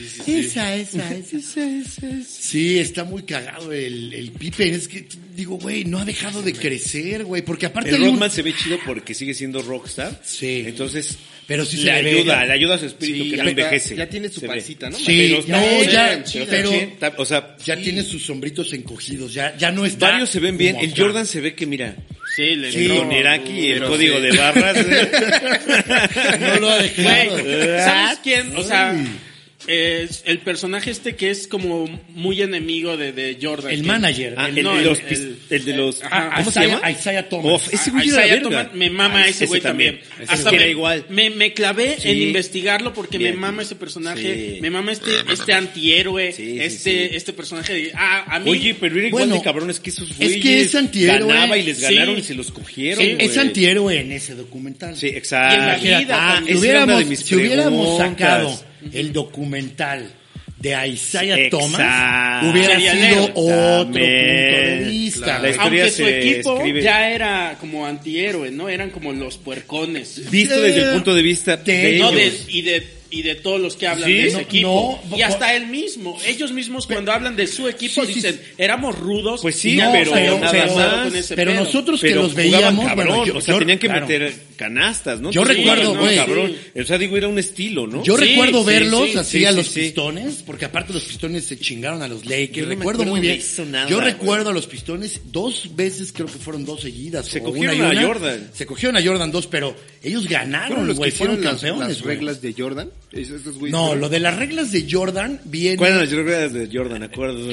S2: Esa. Sí, está muy cagado el Pippen. Es que, digo, güey, no ha dejado de crecer, güey, porque aparte
S3: El
S2: hay un-
S3: Rodman se ve chido porque sigue siendo rockstar.
S2: Sí.
S3: Entonces,
S2: Pero sí se
S3: le
S2: le ve.
S3: ayuda a su espíritu
S2: Sí,
S3: que
S2: ya-
S3: no envejece.
S5: Ya tiene su
S3: Se ve.
S5: pancita, ¿no?
S2: Sí,
S3: Pero
S2: no,
S3: está
S2: ya,
S3: chida,
S2: pero
S3: está- o sea,
S2: ya tiene sus hombritos encogidos, ya no está.
S3: varios se ven bien.
S2: como
S3: El
S2: acá.
S3: Jordan se ve que, mira,
S4: Sí, le
S3: el Oneraki, el código de barras.
S2: No lo ha dejado.
S4: Güey, ¿sabes quién? O sea, Es el personaje que es como muy enemigo de Jordan.
S2: El
S4: que-
S2: manager.
S3: Ah,
S2: el-
S3: el
S2: no,
S3: de los...
S2: el-
S3: el de los
S4: Ajá,
S3: ¿cómo se llama?
S2: Isaiah Thomas.
S3: Uf, ese güey era
S4: Isaiah
S3: verga.
S4: Thomas, me mama ese güey también.
S3: Ese
S4: Hasta
S3: era
S4: me,
S3: igual.
S4: me clavé
S3: Sí.
S4: en investigarlo porque
S3: Bien.
S4: me mama ese personaje,
S3: Sí.
S4: me mama este antihéroe,
S3: Sí,
S4: este personaje de, a mí
S3: Oye, pero era igual
S2: Bueno,
S3: de cabrones que esos
S2: es
S3: güeyes.
S2: que es antihéroe.
S3: Ganaba y les ganaron
S4: Sí.
S3: y se los cogieron,
S4: Sí,
S2: es
S3: güey.
S2: antihéroe en ese documental.
S3: Sí, exacto.
S4: Y en la vida
S3: Ah,
S4: también.
S3: esa era una de mis
S2: Si hubiéramos
S3: preguntas.
S2: sacado el documental de Isaiah
S3: Exacto.
S2: Thomas, hubiera
S4: Sería
S2: sido
S4: negro.
S2: otro punto de
S3: También.
S2: vista.
S3: Claro.
S2: güey.
S3: La historia
S4: aunque su
S3: se
S4: equipo
S3: escribe-
S4: ya era como antihéroe, ¿no? Eran como los puercones.
S3: Visto desde el punto de vista de
S4: No,
S3: ellos.
S4: y de todos los que hablan
S3: Sí,
S4: de ese
S2: no,
S4: equipo.
S2: no,
S4: y hasta él mismo. Ellos mismos cuando hablan de su equipo
S2: Sí, sí,
S4: dicen, éramos rudos.
S3: Pues sí,
S2: No,
S3: pero
S2: pero-
S3: nada
S2: pero-
S3: más.
S4: con ese
S2: pero
S4: pedo.
S2: nosotros que
S3: Pero
S2: los
S3: jugaban
S2: veíamos,
S3: cabrón,
S2: bueno,
S3: o sea, tenían que
S2: claro.
S3: meter canastas, ¿no?
S2: Yo
S3: Entonces,
S2: recuerdo,
S3: no,
S2: güey.
S3: cabrón. O sea, digo, era un estilo, ¿no?
S2: Yo
S4: Sí,
S2: recuerdo
S4: sí,
S2: verlos
S4: sí,
S2: así
S3: sí,
S2: a
S3: sí,
S2: los
S3: sí.
S2: Pistones, porque aparte los Pistones se chingaron a los Lakers.
S3: Yo no me
S2: Recuerdo
S3: acuerdo
S2: muy bien.
S3: de eso nada,
S2: Yo
S3: güey.
S2: recuerdo a los Pistones 2 veces, creo que fueron 2 seguidas.
S3: Se
S2: o
S3: cogieron
S2: una y
S3: a
S2: una.
S3: Jordan.
S2: Se cogieron a Jordan 2, pero ellos
S5: ¿Fueron
S2: ganaron,
S5: los
S2: güey.
S5: que
S2: Fueron
S5: hicieron
S2: campeones,
S5: las
S2: güey.
S5: reglas de Jordan? Esos güeyes
S2: No,
S5: fueron-
S2: lo de las reglas de Jordan viene...
S3: ¿Cuáles eran las reglas de Jordan? ¿Acuerdas?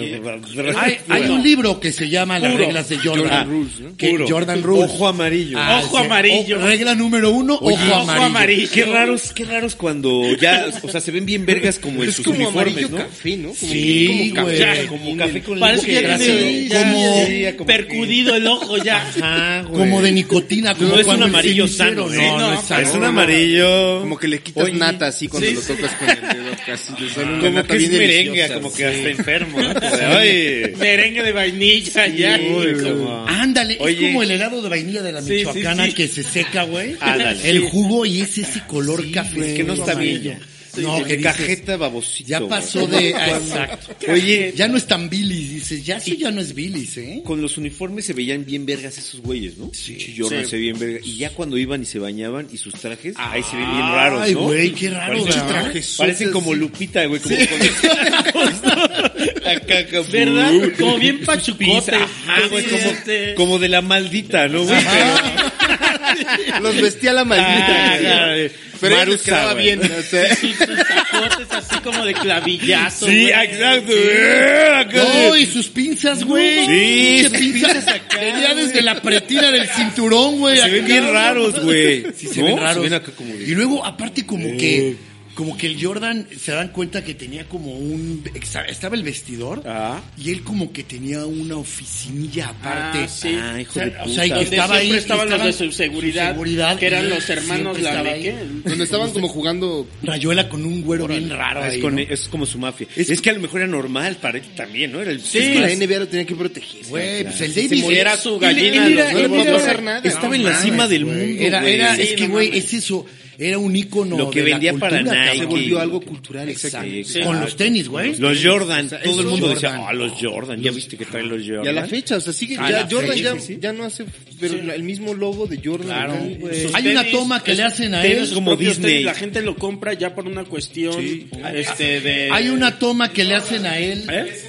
S2: Hay un libro que se llama Las
S4: Puro.
S2: reglas de Jordan.
S3: Jordan
S5: Rules, ¿no?
S2: Que
S3: Puro.
S2: Jordan Rules.
S3: Ojo amarillo.
S4: Ojo amarillo.
S2: Regla número 1,
S3: Oye,
S2: ojo amarillo.
S3: Qué raros cuando ya, o sea, se ven bien vergas como en
S5: Es
S3: sus
S5: como
S3: uniformes,
S5: amarillo
S3: ¿no?
S5: café, ¿no? Como
S2: Sí,
S5: como
S2: güey.
S5: café.
S3: Como café con
S4: Parece que ya
S3: leche,
S4: tiene
S3: así,
S2: como-
S3: ya, como
S4: percudido el ojo ya.
S3: Ajá, güey.
S2: Como de nicotina. Como
S3: No es un
S2: cuando el
S3: amarillo
S2: cenicero-
S3: sano, ¿eh?
S2: No, no
S4: No,
S2: es sano.
S3: Es un amarillo.
S5: Como que le quitas
S3: Oye,
S5: nata así cuando
S4: sí,
S5: lo
S4: sí.
S5: tocas con el dedo casi. Le sale una
S3: Como
S5: nata
S3: que es
S5: bien
S3: merengue,
S5: deliciosa.
S3: como que hasta enfermo, ¿no? Como de, ay.
S4: Merengue de vainilla ya.
S3: Uy, como-
S2: Ándale,
S3: Oye.
S2: es como el helado de vainilla de la
S4: Sí,
S2: Michoacana
S4: sí, sí.
S2: que se seca, güey.
S3: Ándale.
S2: El jugo y es ese color café.
S3: Es que no está bien ya.
S2: No,
S3: El
S2: que dices,
S3: cajeta babosito.
S2: ya
S3: güey.
S2: pasó de... Exacto.
S3: Oye,
S2: Ya no es tan bilis, dices, ya eso ya no es bilis, ¿eh?
S3: con los uniformes se veían bien vergas esos güeyes, ¿no? Sí. Jordan
S4: Sí.
S3: se veían vergas. Y ya cuando iban y se bañaban y sus trajes, ahí se ven bien raros,
S2: Ay,
S3: ¿no?
S2: güey, qué raro,
S3: Parecen
S2: ¿verdad?
S3: trajes. Parecen como Lupita, güey, como acá, como-
S4: ¿Verdad? Como bien pachucote.
S3: Ajá, güey, como,
S4: Este-
S3: como de la maldita, ¿no, güey?
S5: Los vestía la maldita. güey. Pero a ellos les
S3: Marusa,
S5: quedaba
S3: güey.
S5: bien. O sea,
S4: sus tacotes así como de clavillazo.
S3: Sí,
S4: güey.
S3: exacto. Acá
S2: No,
S3: de-
S2: y sus pinzas, güey.
S3: Sí,
S2: Pinche
S3: sus
S2: pinzas
S3: pinzas acá,
S2: venía
S3: güey.
S2: desde la pretina del cinturón, güey.
S3: Se ven
S2: acá.
S3: bien raros, güey.
S2: Sí, se
S3: ¿No?
S2: ven raros.
S3: Se ven acá como de-
S2: Y luego, aparte, como que el Jordan se dan cuenta que tenía como estaba el vestidor
S3: Ah.
S2: y él como que tenía una oficinilla aparte.
S4: Ah, sí.
S3: Ah, hijo
S2: O sea,
S3: de
S2: o sea, y
S3: puta.
S2: que
S4: Donde
S2: estaba
S4: siempre
S2: ahí,
S4: estaban los de
S2: estaban
S4: su seguridad, que
S2: y
S4: eran
S2: él
S4: los hermanos
S2: siempre estaba
S4: Lameque.
S2: ahí.
S5: donde estaban como jugando.
S2: Rayuela con un güero bien raro
S3: Es,
S2: ahí,
S3: con-
S2: ¿no?
S3: es como su mafia. Es que a lo mejor era normal para él también, ¿no? Era el
S5: Sí, la NBA lo tenía que proteger.
S2: Güey, pues el
S4: Se
S2: Davis
S4: era su
S3: Él
S4: gallina.
S3: era-
S4: de los
S3: él
S4: huevos
S3: era-
S4: de oro.
S5: hacer nada.
S3: Estaba en
S2: No
S3: la cima
S2: mames,
S3: del
S2: güey.
S3: mundo,
S2: Era,
S3: güey.
S2: es
S4: Sí,
S2: que,
S4: no
S2: güey,
S4: mames.
S2: es eso. Era un ícono
S3: Lo que
S2: de la
S3: vendía para
S2: cultura,
S3: Nike.
S2: cabrón.
S5: Se volvió algo cultural,
S2: Exacto.
S5: exacto.
S4: Sí.
S2: Con los tenis, güey.
S3: Los Jordan, todo el
S2: esos
S3: mundo
S2: Jordan.
S3: decía, los Jordan, ya viste que traen los Jordan.
S5: Y a la fecha, o sea, sigue.
S2: A
S5: Ya
S2: la
S5: Jordan
S2: fecha,
S5: ya no hace. Pero el mismo logo de Jordan.
S2: Claro,
S5: acá,
S2: güey.
S4: Sus
S2: Hay una
S4: tenis,
S2: toma que le hacen a
S4: tiene
S2: él
S4: sus
S3: como
S4: propios
S3: Disney.
S4: tenis, la gente lo compra ya por una cuestión de...
S2: Hay una toma que le hacen a él.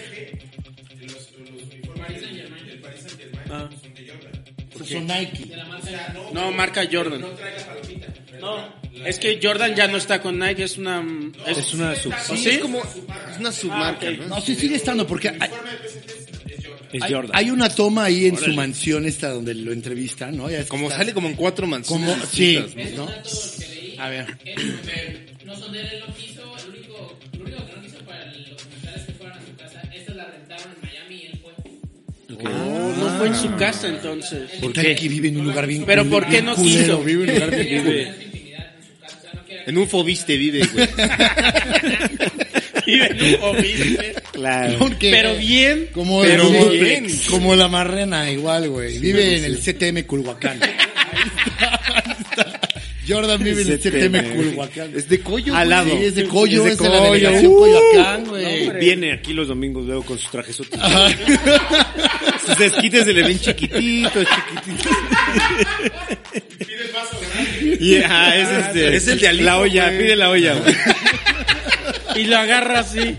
S4: Ah.
S2: Son Nike.
S4: No, marca Jordan. No, es que Jordan ya no está con Nike, es una...
S3: Es una sub.
S4: ¿Oh,
S5: Sí,
S4: sí?
S5: es como. Es una submarca, ¿no?
S2: No, sí sigue estando porque
S3: Es
S2: hay,
S3: Jordan.
S2: hay una toma ahí en su mansión esta donde lo entrevistan, ¿no? Ya es que
S5: Como
S2: está-
S5: sale como en 4 mansiones.
S2: como sí,
S5: distintas, ¿no?
S2: ¿no? A ver.
S6: No son de él, él lo quiso, lo único que no quiso para el documental es que fueran a su casa. Esta la rentaron en Miami y él fue.
S4: No fue en su casa entonces.
S2: ¿Por qué? Que vive en un lugar bien
S4: Pero
S2: cul-
S4: ¿por qué
S2: bien
S4: no
S2: culero,
S4: quiso?
S2: Vive en un lugar bien culero.
S5: En un Fobiste vive, güey.
S4: Vive en un hobby,
S3: Claro.
S2: Porque-
S4: pero bien.
S2: Como,
S5: Pero
S2: como,
S5: bien.
S2: como la marrana, igual, güey. Vive en el CTM Culhuacán. Ahí está. Jordan vive en el CTM Culhuacán.
S5: Es de Coyo.
S3: Al
S5: güey.
S3: lado.
S2: Sí, es de Coyo, es de la
S3: Coyo.
S2: delegación Coyoacán, güey.
S3: Viene aquí los domingos luego con sus trajes sus esquites se le ven chiquititos. Y, es el de Alito, la olla,
S5: güey.
S3: pide la olla, güey.
S4: Y lo agarra así.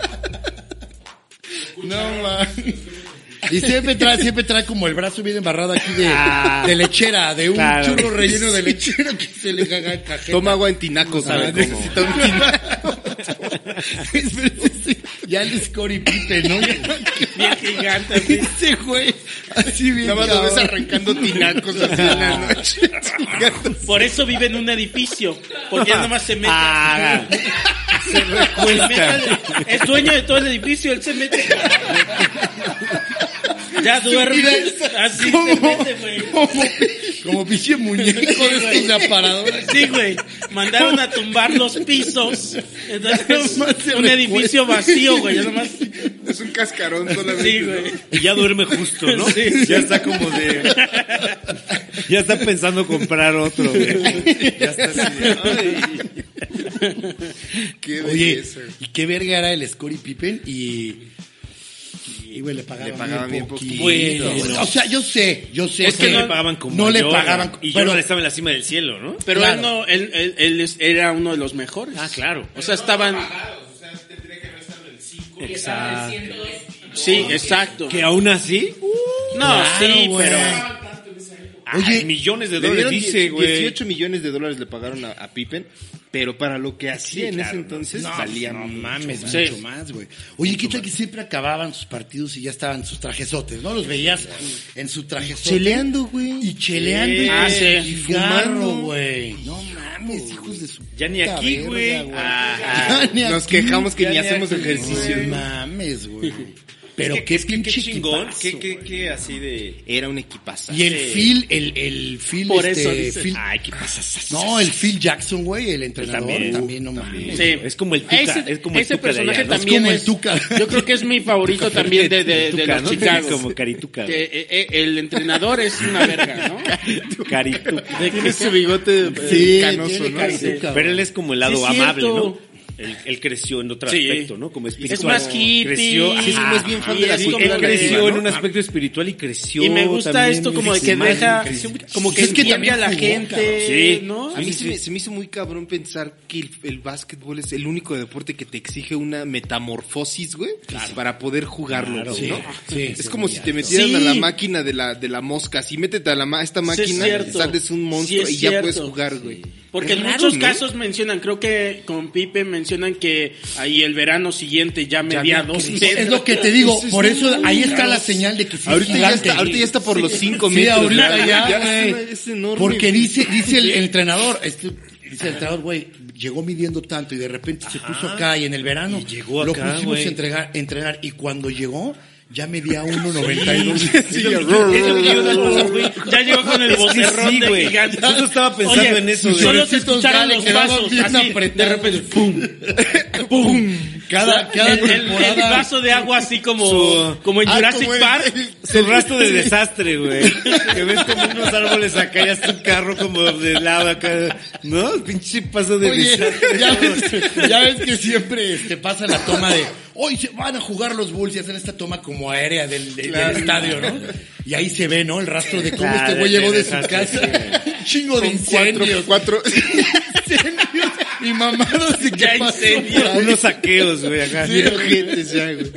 S2: No, man. Y siempre trae como el brazo bien embarrado aquí de lechera, de un
S3: Claro.
S2: churro relleno de lechera que se le caga el cajeta.
S5: Toma agua en tinaco, ¿sabes?
S2: Ah,
S5: Necesita un tinaco.
S2: Ya el Scottie Pippen, ¿no?
S4: Bien gigante. Así.
S2: Ese güey, así bien.
S5: Nada más lo ves
S2: cabrón.
S5: arrancando tinacos así en la noche.
S4: Por eso vive en un edificio. Porque él nomás se mete.
S3: Se recuesta.
S4: Es dueño de todo el edificio. Él se mete. Ya duerme. Así se mete, güey.
S2: Como pinche muñeco de estos de aparador.
S4: Sí, güey. Mandaron a tumbar los pisos. Entonces,
S2: Nomás se
S4: un
S2: recuesta.
S4: edificio vacío, güey. Ya nomás.
S5: Es un cascarón solamente.
S4: Sí, güey.
S3: Y ya duerme justo, ¿no?
S4: Sí.
S3: Ya está como de... Ya está pensando comprar otro, güey. Ya está así de... ay.
S5: Qué
S2: Oye,
S5: belleza.
S2: ¿y qué verga era el Scottie Pippen? Y güey, le pagaban bien poquito.
S3: Bueno,
S2: O sea, yo sé.
S3: Es que no le pagaban como
S2: no
S3: a
S2: le
S3: Jordan.
S2: pagaban.
S3: Y
S2: pero
S3: Jordan estaba en la cima del cielo, ¿no?
S4: Pero
S2: Claro.
S4: él era uno de los mejores.
S3: Ah, claro.
S4: O sea, estaban.
S3: Exacto.
S4: Sí, exacto.
S3: Que aún así...
S4: No,
S2: Claro,
S4: sí,
S2: güey.
S4: pero.
S3: Oye, millones de
S5: Le
S3: dólares,
S5: dieron
S3: dice, güey.
S5: 18 millones de dólares le pagaron a Pippen, pero para lo que hacía en ese entonces valía
S2: no
S5: mucho
S2: mames,
S5: más.
S2: mucho más, güey. Oye, ¿qué tal que siempre acababan sus partidos y ya estaban sus trajesotes, ¿no? Los veías en su trajesote.
S5: Cheleando, güey.
S2: Y cheleando. y
S4: Ah, sí.
S2: y fumando,
S5: Fumando.
S2: güey. No mames, hijos de su
S3: Ya ni
S2: puta
S3: aquí,
S2: verga,
S3: güey.
S2: Ya ni
S5: Nos
S2: aquí.
S5: quejamos que
S3: ya
S5: ni
S3: ni
S5: hacemos
S3: aquí,
S5: ejercicio.
S2: No mames, güey. Pero
S3: Es que-
S2: qué
S3: es que
S2: pinche
S3: chingón.
S2: equipazo,
S3: Qué así de...
S5: Era un equipazo.
S2: Y el Phil, el Phil,
S4: Por eso dice.
S2: Phil-
S3: Ay, qué pasa.
S2: no, el Phil Jackson, güey, el entrenador, también no mames.
S4: Sí.
S3: Es como el Tuca. Es como el
S4: ese
S3: Tuca de
S4: personaje
S3: allá, ¿no?
S4: también
S2: como el
S4: es.
S2: Tuca.
S4: Yo creo que es mi favorito también de
S3: Tuca,
S4: los
S3: ¿no?
S4: Chicago.
S3: Como Carituca.
S4: El entrenador es una verga, ¿no?
S3: Carituca.
S5: Tiene su bigote
S2: Sí,
S5: canoso,
S2: tiene
S5: ¿no?
S2: carituca,
S3: Pero él es como el lado
S4: Sí,
S3: amable,
S4: cierto.
S3: ¿no? Él creció en otro
S4: Sí.
S3: aspecto, ¿no? Como
S4: Es
S3: espiritual.
S4: más hippie.
S3: Creció,
S4: Sí,
S5: es más bien fan de la
S4: es
S5: cultura
S3: él
S4: como que-
S3: creció
S5: ¿no?
S3: en un aspecto espiritual y creció.
S4: Y me gusta
S3: también
S4: esto como de que
S3: muchísimo.
S4: deja,
S3: Creció
S4: como que
S2: Es que
S4: entiende
S2: también
S4: a la
S2: jugó,
S4: gente,
S3: cabrón. Sí.
S4: ¿no?
S5: A mí se me hizo muy cabrón pensar que el básquetbol es el único deporte que te exige una metamorfosis, güey, para poder jugarlo,
S3: Claro,
S5: güey, ¿no?
S2: sí,
S5: Es
S2: sí,
S5: como
S2: sí,
S5: si te metieran
S4: Sí.
S5: a la máquina de la mosca, así métete a esta
S4: Sí, es
S5: máquina,
S4: cierto.
S5: sales un monstruo
S4: Sí, es
S5: y ya puedes
S4: cierto.
S5: jugar, güey.
S4: Porque
S5: Es
S4: en
S5: raro,
S4: muchos
S5: ¿no?
S4: casos mencionan, creo que con Pipe mencionan que ahí el verano siguiente ya medía 2 metros.
S2: Es lo que te digo, por eso ahí está la señal de que sí
S5: Ahorita
S2: es
S5: ya
S2: gigante.
S5: ahorita ya está por los 5
S2: Sí,
S5: metros.
S2: ahorita ya,
S5: es
S2: güey.
S5: es enorme.
S2: Porque
S5: güey.
S2: dice el entrenador, dice el entrenador, güey, llegó midiendo tanto y de repente se puso acá y en el verano
S3: Y llegó
S2: lo
S3: acá,
S2: pusimos
S3: güey.
S2: a entrenar y cuando llegó ya medía 1.92.
S3: Es lo que yo no, güey.
S4: Ya llegó con el vocerrón
S3: sí,
S4: de
S3: güey.
S4: gigante.
S3: Justo estaba pensando
S4: Oye,
S3: en eso, güey.
S4: Solo se
S2: Sobrecitos
S4: escucharon
S2: ya
S4: los
S2: le quedaban
S4: vasos
S2: bien
S4: así, de
S2: apretados.
S4: repente, ¡pum! ¡Pum!
S2: Cada
S4: El
S2: temporada.
S4: vaso de agua así como,
S3: Su-
S4: como en Jurassic
S5: como en-
S4: Park.
S3: Su rastro de desastre, güey. Que ves como unos árboles acá y hasta un carro como de lava acá. ¿No? Pinche paso de
S2: Oye,
S3: desastre.
S2: ya ves que siempre pasa la toma de hoy se van a jugar los Bulls y hacen esta toma como aérea del estadio, ¿no? Y ahí se ve, ¿no? El rastro de cómo
S3: Claro,
S2: este güey
S3: de
S2: llegó de su
S3: desastre,
S2: casa.
S3: sí,
S2: Un chingo de
S5: Con
S2: incendios.
S5: cuatro.
S2: Incendios y mamados de
S4: Ya
S2: que pasó
S4: incendios.
S2: por ahí.
S3: Unos saqueos, güey, acá.
S2: Sí,
S5: Bien ojetes ya, güey.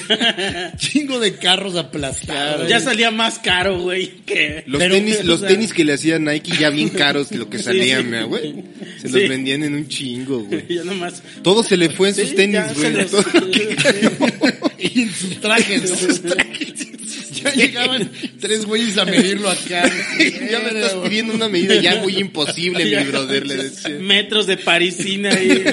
S2: Chingo de carros aplastados.
S4: Ya salía más caro, güey, que...
S5: Los
S2: Pero,
S5: tenis,
S2: o
S5: los
S2: sea-
S5: tenis que le hacía Nike ya bien caros de lo que salían,
S4: sí.
S5: mira, güey. Se
S4: Sí.
S5: los vendían en un chingo, güey.
S4: Ya nomás...
S5: Todo se le fue en sus
S4: Sí,
S5: tenis,
S4: ya
S5: güey.
S4: se los-
S5: Todo lo que-
S2: Y en sus trajes, ¿no? Ya llegaban 3 güeyes a medirlo acá.
S5: Ya me estás pidiendo una medida ya muy imposible, mi brother, le decía.
S4: Metros de parisina y...